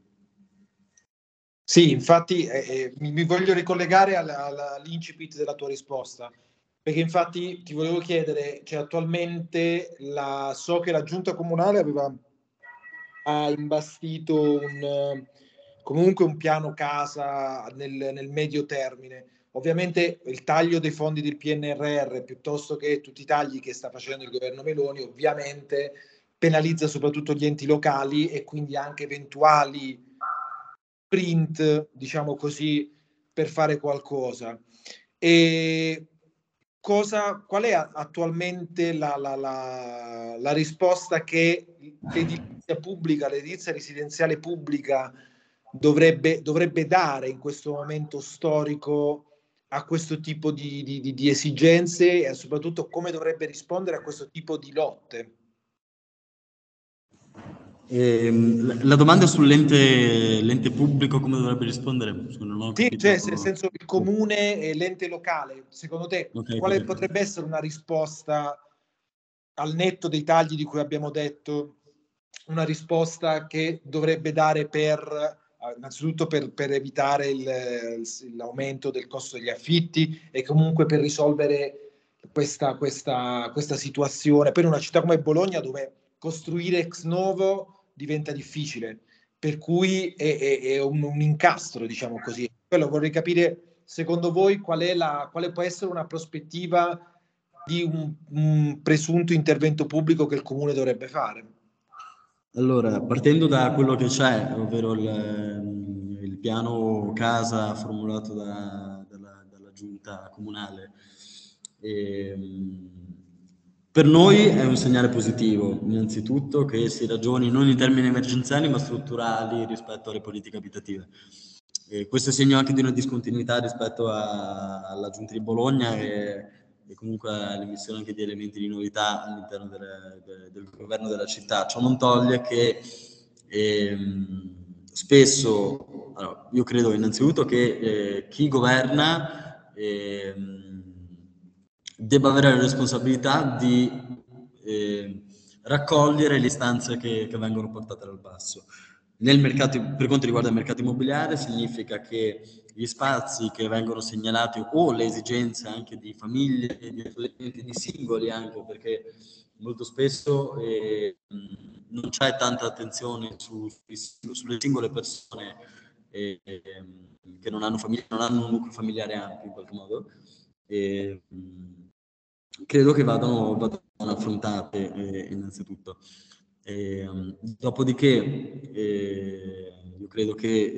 Sì, infatti mi voglio ricollegare all'incipit della tua risposta, perché infatti ti volevo chiedere, cioè attualmente so che la giunta comunale ha imbastito comunque un piano casa nel medio termine. Ovviamente il taglio dei fondi del PNRR, piuttosto che tutti i tagli che sta facendo il governo Meloni, ovviamente penalizza soprattutto gli enti locali e quindi anche eventuali sprint, diciamo così, per fare qualcosa. E qual è attualmente la risposta che l'edilizia pubblica, l'edilizia residenziale pubblica dovrebbe dare in questo momento storico a questo tipo di esigenze e soprattutto come dovrebbe rispondere a questo tipo di lotte? La domanda è sull'ente pubblico, come dovrebbe rispondere? Non ho Sì, capito. cioè nel senso il comune e l'ente locale, secondo te quale potrebbe essere una risposta al netto dei tagli di cui abbiamo detto, una risposta che dovrebbe dare innanzitutto per evitare l'aumento del costo degli affitti e comunque per risolvere questa situazione per una città come Bologna, dove costruire ex novo diventa difficile, per cui è un incastro, diciamo così. Quello vorrei capire, secondo voi, quale può essere una prospettiva di un presunto intervento pubblico che il comune dovrebbe fare? Allora, partendo da quello che c'è, ovvero il piano casa formulato dalla giunta comunale, per noi è un segnale positivo, innanzitutto, che si ragioni non in termini emergenziali ma strutturali rispetto alle politiche abitative. Questo è segno anche di una discontinuità rispetto alla giunta di Bologna e comunque all'emissione anche di elementi di novità all'interno del governo della città. Ciò non toglie che spesso, allora, io credo innanzitutto che chi governa debba avere la responsabilità di raccogliere le istanze che vengono portate dal basso. per quanto riguarda il mercato immobiliare, significa che gli spazi che vengono segnalati o le esigenze anche di famiglie, di studenti, di singoli anche, perché molto spesso non c'è tanta attenzione sulle singole persone che non hanno famiglia, non hanno un nucleo familiare ampio in qualche modo. Credo che vadano affrontate innanzitutto. Dopodiché io credo che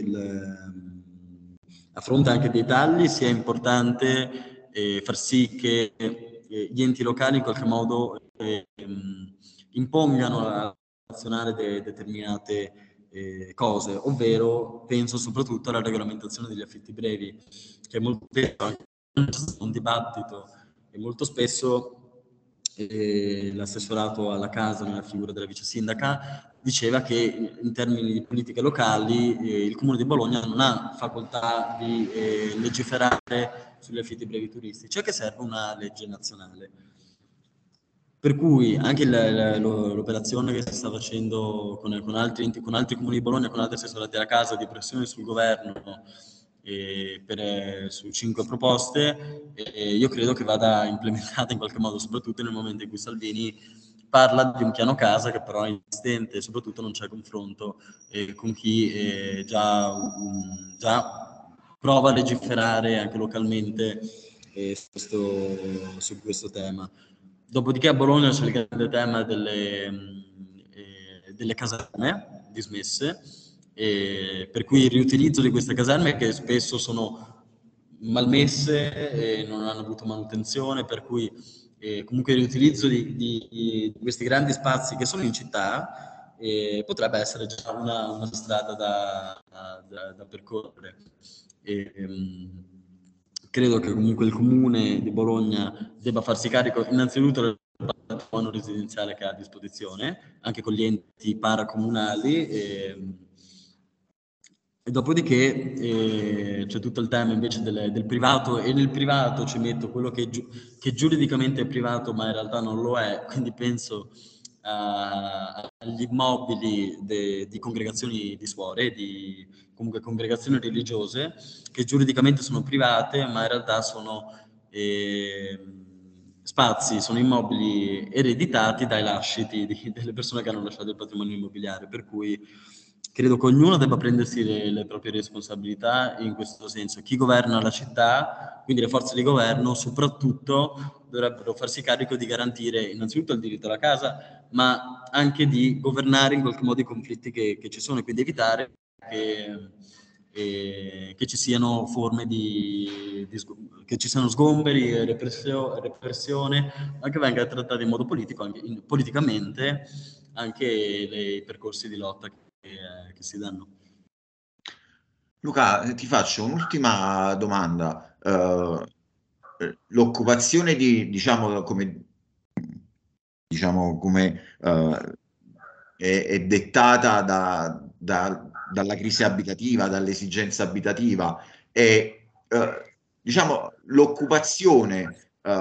a fronte anche dei tagli sia importante far sì che gli enti locali in qualche modo impongano all'azionare determinate cose, ovvero penso soprattutto alla regolamentazione degli affitti brevi, che è molto anche un dibattito e molto spesso l'assessorato alla casa, nella figura della vice sindaca, diceva che in termini di politiche locali il Comune di Bologna non ha facoltà di legiferare sugli affitti brevi turistici, e che serve una legge nazionale. Per cui anche l'operazione che si sta facendo con altri comuni di Bologna, con altri assessorati alla casa, di pressione sul governo su 5 proposte, io credo che vada implementata in qualche modo, soprattutto nel momento in cui Salvini parla di un piano casa che però è inesistente, e soprattutto non c'è confronto con chi già prova a legiferare anche localmente su questo tema. Dopodiché a Bologna c'è il grande tema delle caserme dismesse, per cui il riutilizzo di queste caserme, che spesso sono malmesse e non hanno avuto manutenzione, per cui comunque il riutilizzo di questi grandi spazi che sono in città potrebbe essere già una strada da percorrere. Credo che comunque il Comune di Bologna debba farsi carico innanzitutto del patrimonio residenziale che ha a disposizione, anche con gli enti paracomunali, e dopodiché c'è tutto il tema invece del privato, e nel privato ci metto quello che giuridicamente è privato ma in realtà non lo è, quindi penso agli immobili di congregazioni di suore, comunque congregazioni religiose, che giuridicamente sono private ma in realtà sono spazi, sono immobili ereditati dai lasciti delle persone che hanno lasciato il patrimonio immobiliare, per cui credo che ognuno debba prendersi le proprie responsabilità in questo senso. Chi governa la città, quindi le forze di governo, soprattutto dovrebbero farsi carico di garantire innanzitutto il diritto alla casa, ma anche di governare in qualche modo i conflitti che ci sono, e quindi evitare che ci siano forme che ci siano sgomberi, repressione, ma che venga trattata in modo politico, politicamente, anche i percorsi di lotta che si danno. Luca, ti faccio un'ultima domanda. L'occupazione diciamo come è dettata dalla crisi abitativa, dall'esigenza abitativa, e diciamo l'occupazione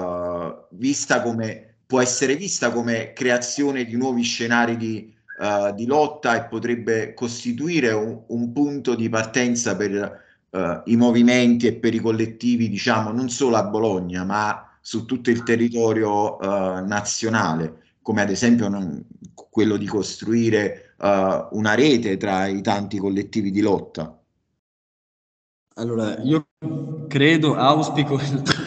può essere vista come creazione di nuovi scenari di lotta, e potrebbe costituire un punto di partenza per i movimenti e per i collettivi, diciamo, non solo a Bologna, ma su tutto il territorio nazionale, come ad esempio quello di costruire una rete tra i tanti collettivi di lotta. Allora, io auspico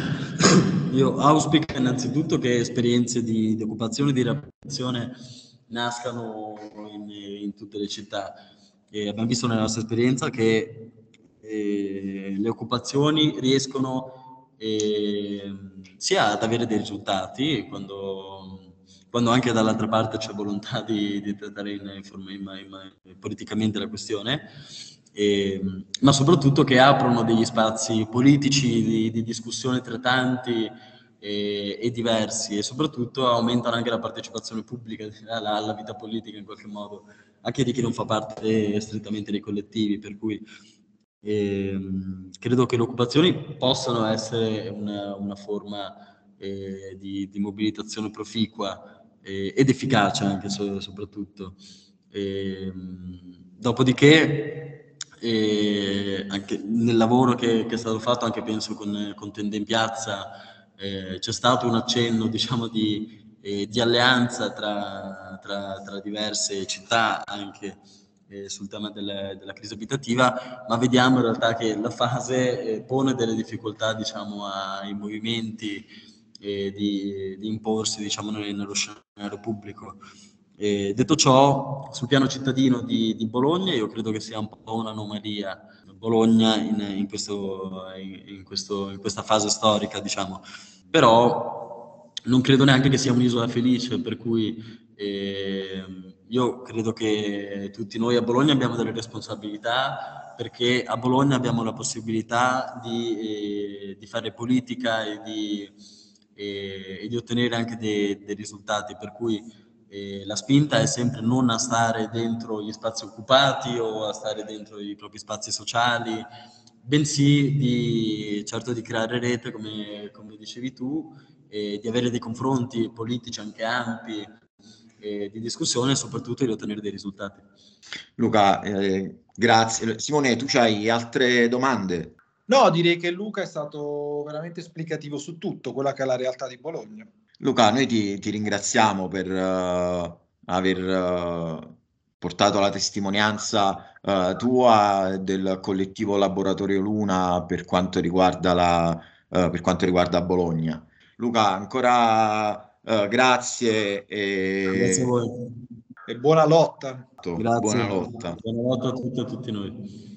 innanzitutto che esperienze di occupazione e di riabilitazione nascano in tutte le città. Abbiamo visto nella nostra esperienza che le occupazioni riescono sia ad avere dei risultati, quando anche dall'altra parte c'è volontà di trattare politicamente la questione, ma soprattutto che aprono degli spazi politici di discussione tra tanti e diversi, e soprattutto aumentano anche la partecipazione pubblica alla vita politica in qualche modo, anche di chi non fa parte strettamente dei collettivi, per cui credo che le occupazioni possano essere una forma di mobilitazione proficua ed efficace anche soprattutto. Dopodiché, anche nel lavoro che è stato fatto, anche penso con Tende in Piazza, c'è stato un accenno, diciamo, di alleanza tra diverse città, anche sul tema della crisi abitativa, ma vediamo in realtà che la fase pone delle difficoltà, diciamo, ai movimenti di imporsi, diciamo, nello scenario pubblico. Detto ciò, sul piano cittadino di Bologna, io credo che sia un po' un'anomalia Bologna in questa fase storica, diciamo. Però non credo neanche che sia un'isola felice, per cui io credo che tutti noi a Bologna abbiamo delle responsabilità, perché a Bologna abbiamo la possibilità di fare politica e di ottenere anche dei risultati, per cui la spinta è sempre non a stare dentro gli spazi occupati o a stare dentro i propri spazi sociali, bensì certo di creare rete, come dicevi tu, e di avere dei confronti politici anche ampi, di discussione e soprattutto di ottenere dei risultati. Luca, grazie. Simone, tu hai altre domande? No, direi che Luca è stato veramente esplicativo su tutto, quella che è la realtà di Bologna. Luca, noi ti ringraziamo per aver portato la testimonianza tua del collettivo Laboratorio Luna per quanto riguarda Bologna. Luca, ancora grazie Grazie a voi. E buona lotta. Grazie. buona lotta. Buona lotta a tutti e a tutti noi.